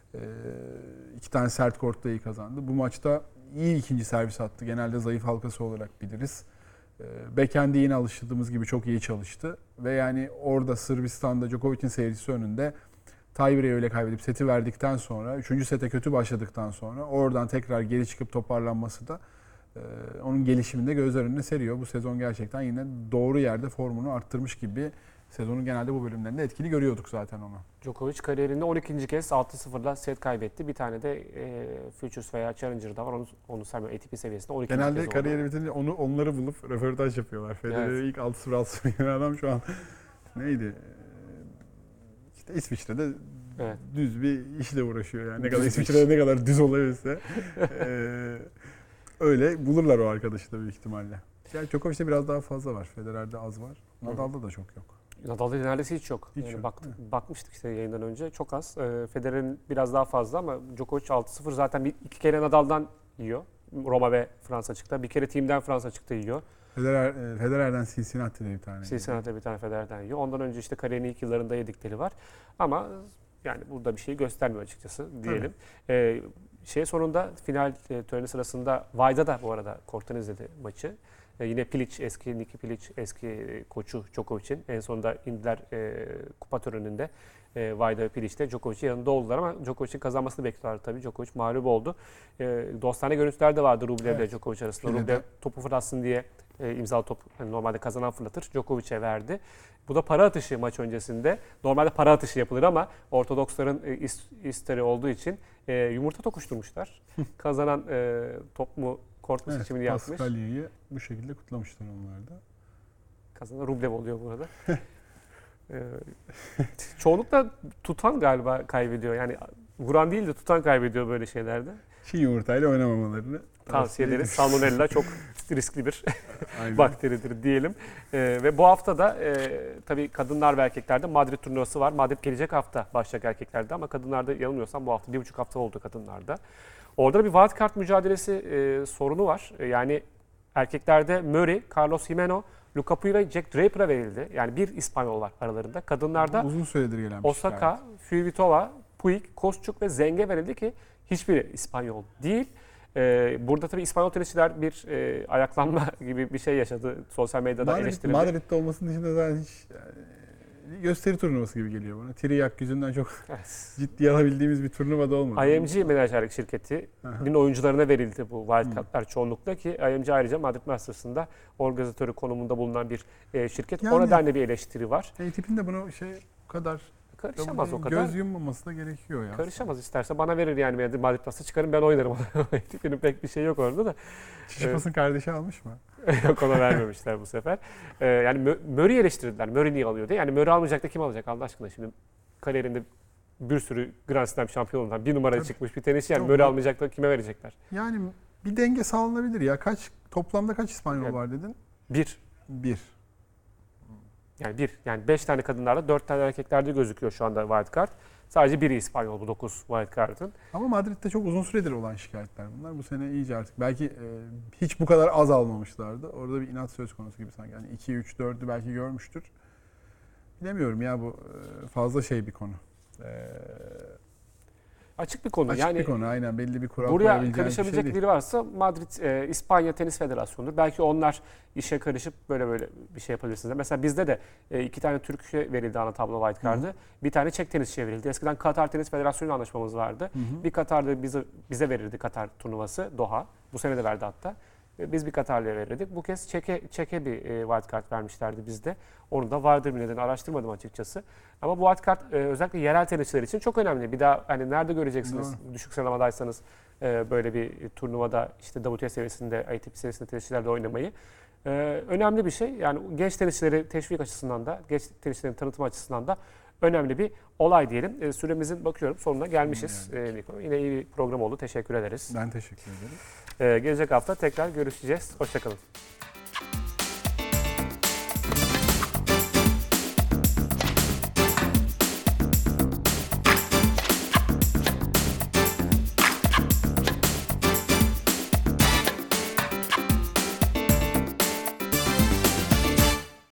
2 tane sert kortta iyi kazandı. Bu maçta iyi ikinci servis attı. Genelde zayıf halkası olarak biliriz. Backend'i yine alıştığımız gibi çok iyi çalıştı. Ve yani orada Sırbistan'da Djokovic'in seyircisi önünde tiebreak'i öyle kaybedip seti verdikten sonra, 3. sete kötü başladıktan sonra oradan tekrar geri çıkıp toparlanması da onun gelişiminde gözler önüne seriyor. Bu sezon gerçekten yine doğru yerde formunu arttırmış gibi. Sezonun genelde bu bölümlerinde etkili görüyorduk zaten onu. Djokovic kariyerinde 12. kez 6-0'la set kaybetti. Bir tane de Futures veya Challenger'da var. Onu saymıyorum, ATP seviyesinde 12. kez Genelde oldu. kariyeri bitince onları bulup röportaj yapıyorlar. Federer'i ilk 6-0 yenen adam şu an neydi? İşte İsviçre'de düz bir işle uğraşıyor yani. Ne kadar İsviçre'de ne kadar düz olabilirse öyle bulurlar o arkadaşı da büyük ihtimalle. Yani Djokovic'te biraz daha fazla var. Federer'de az var. Nadal'da da çok yok. Nadal'da neredeyse hiç yok. Hiç yok. Bakmıştık işte yayından önce. Çok az. Federer'in biraz daha fazla ama Djokovic 6-0 zaten iki kere Nadal'dan yiyor. Roma ve Fransa çıktı. Bir kere Team'den Fransa çıktı yiyor. Federer'den Cincinnati'de bir tane. Cincinnati'de bir tane Federer'den yiyor. Ondan önce işte kariyerinin ilk yıllarında yedikleri var. Ama yani burada bir şey göstermiyor açıkçası diyelim. Sonunda final töreni sırasında Vajda da bu arada korttan izledi maçı. Yine Pilic, eski Niki Pilic, eski koçu Djokovic'in en sonunda indiler kupa töreninde. Vajda ve Pilic de Djokovic'in yanında oldular ama Djokovic'in kazanmasını bekliyorlar tabii. Djokovic mağlup oldu. Dostane görüntüler de vardı Rublev ile Djokovic arasında. Rublev topu fırlatsın diye imzalı top normalde kazanan fırlatır. Djokovic'e verdi. Bu da para atışı maç öncesinde. Normalde para atışı yapılır ama Ortodoksların isteri olduğu için yumurta tokuşturmuşlar. Kazanan top mu kort mu seçimini yapmış. Paskalya'yı bu şekilde kutlamışlar onlar da. Kazanan Rublev oluyor bu arada. Çoğunlukla tutan galiba kaybediyor. Yani vuran değil de tutan kaybediyor böyle şeylerde. Çiğ yumurtayla oynamamalarını tavsiye ederiz. Salmonella çok riskli bir bakteridir diyelim. Ve bu hafta da tabii kadınlar ve erkeklerde Madrid turnuvası var. Madrid gelecek hafta başlayacak erkeklerde ama kadınlarda yanılmıyorsam bu hafta 1,5 hafta oldu kadınlarda. Orada bir wildcard mücadelesi sorunu var. Yani erkeklerde Murray, Carlos Gimeno, Luca Pouille ve Jack Draper'a verildi. Yani bir İspanyol var aralarında. Kadınlarda uzun süredir gelen bir Osaka, Kvitova, Puig, Kostyuk ve Zeng'e verildi ki hiçbiri İspanyol değil. Burada tabii İspanyol tenisçiler bir ayaklanma gibi bir şey yaşadı sosyal medyada eleştirildi. Madrid'de olmasının dışında zaten hiç gösteri turnuvası gibi geliyor bana. Triyak yüzünden çok ciddiye alabildiğimiz bir turnuvada olmadı. IMG menajerlik şirketinin oyuncularına verildi bu wildcardlar çoğunlukla ki IMG ayrıca Madrid Masters'ında organizatörü konumunda bulunan bir şirket. Yani, o nedenle bir eleştiri var. ATP'nin de bunu bu kadar karışamaz o kadar. Göz yummaması da gerekiyor ya. Karışamaz, isterse bana verir yani Madrid Masters'a çıkarım ben oynarım. ATP'nin pek bir şey yok orada da. Çişipas'ın kardeşi almış mı? Yok, ona vermemişler bu sefer. Yani Murray'i eleştirdiler. Murray niye alıyor diye. Yani Murray almayacak da kim alacak Allah aşkına şimdi kariyerinde bir sürü Grand Slam şampiyonundan bir numaraya çıkmış bir tenisçi yani Murray almayacak da kime verecekler? Yani bir denge sağlanabilir ya. Toplamda kaç İspanyol var dedin? Bir. Yani 5 tane kadınlarda 4 tane erkeklerde gözüküyor şu anda wildcard. Sadece biri İspanyol bu 9 wildcard'ın. Ama Madrid'de çok uzun süredir olan şikayetler bunlar. Bu sene iyice artık belki hiç bu kadar az almamışlardı. Orada bir inat söz konusu gibi sanki. Yani 2, 3, 4'ü belki görmüştür. Bilemiyorum ya bu fazla bir konu. Açık bir konu. Açık bir konu aynen belli bir kural buraya karışabilecek biri varsa Madrid İspanya Tenis Federasyonu'dur. Belki onlar işe karışıp böyle bir şey yapabilirsiniz. Mesela bizde de 2 tane Türk'e verildi ana tablo wildcard'ı. Bir tane Çek tenisçiye verildi. Eskiden Katar Tenis Federasyonu'yla anlaşmamız vardı. Bir Katar'da bize verirdi Katar turnuvası Doha. Bu sene de verdi hatta. Biz bir Katarlı'ya verirdik. Bu kez Çek'e bir wildcard vermişlerdi bizde. Onu da vardır bir nedeni araştırmadım açıkçası. Ama bu wildcard özellikle yerel tenisçiler için çok önemli. Bir daha hani nerede göreceksiniz düşük sıralamadaysanız böyle bir turnuvada işte WTA seviyesinde, ATP seviyesinde tenisçilerle oynamayı. Önemli bir şey. Yani genç tenisçileri teşvik açısından da, genç tenisçilerin tanıtım açısından da önemli bir olay diyelim. Süremizin bakıyorum sonuna gelmişiz. Yine iyi bir program oldu. Teşekkür ederiz. Ben teşekkür ederim. Gelecek hafta tekrar görüşeceğiz. Hoşçakalın.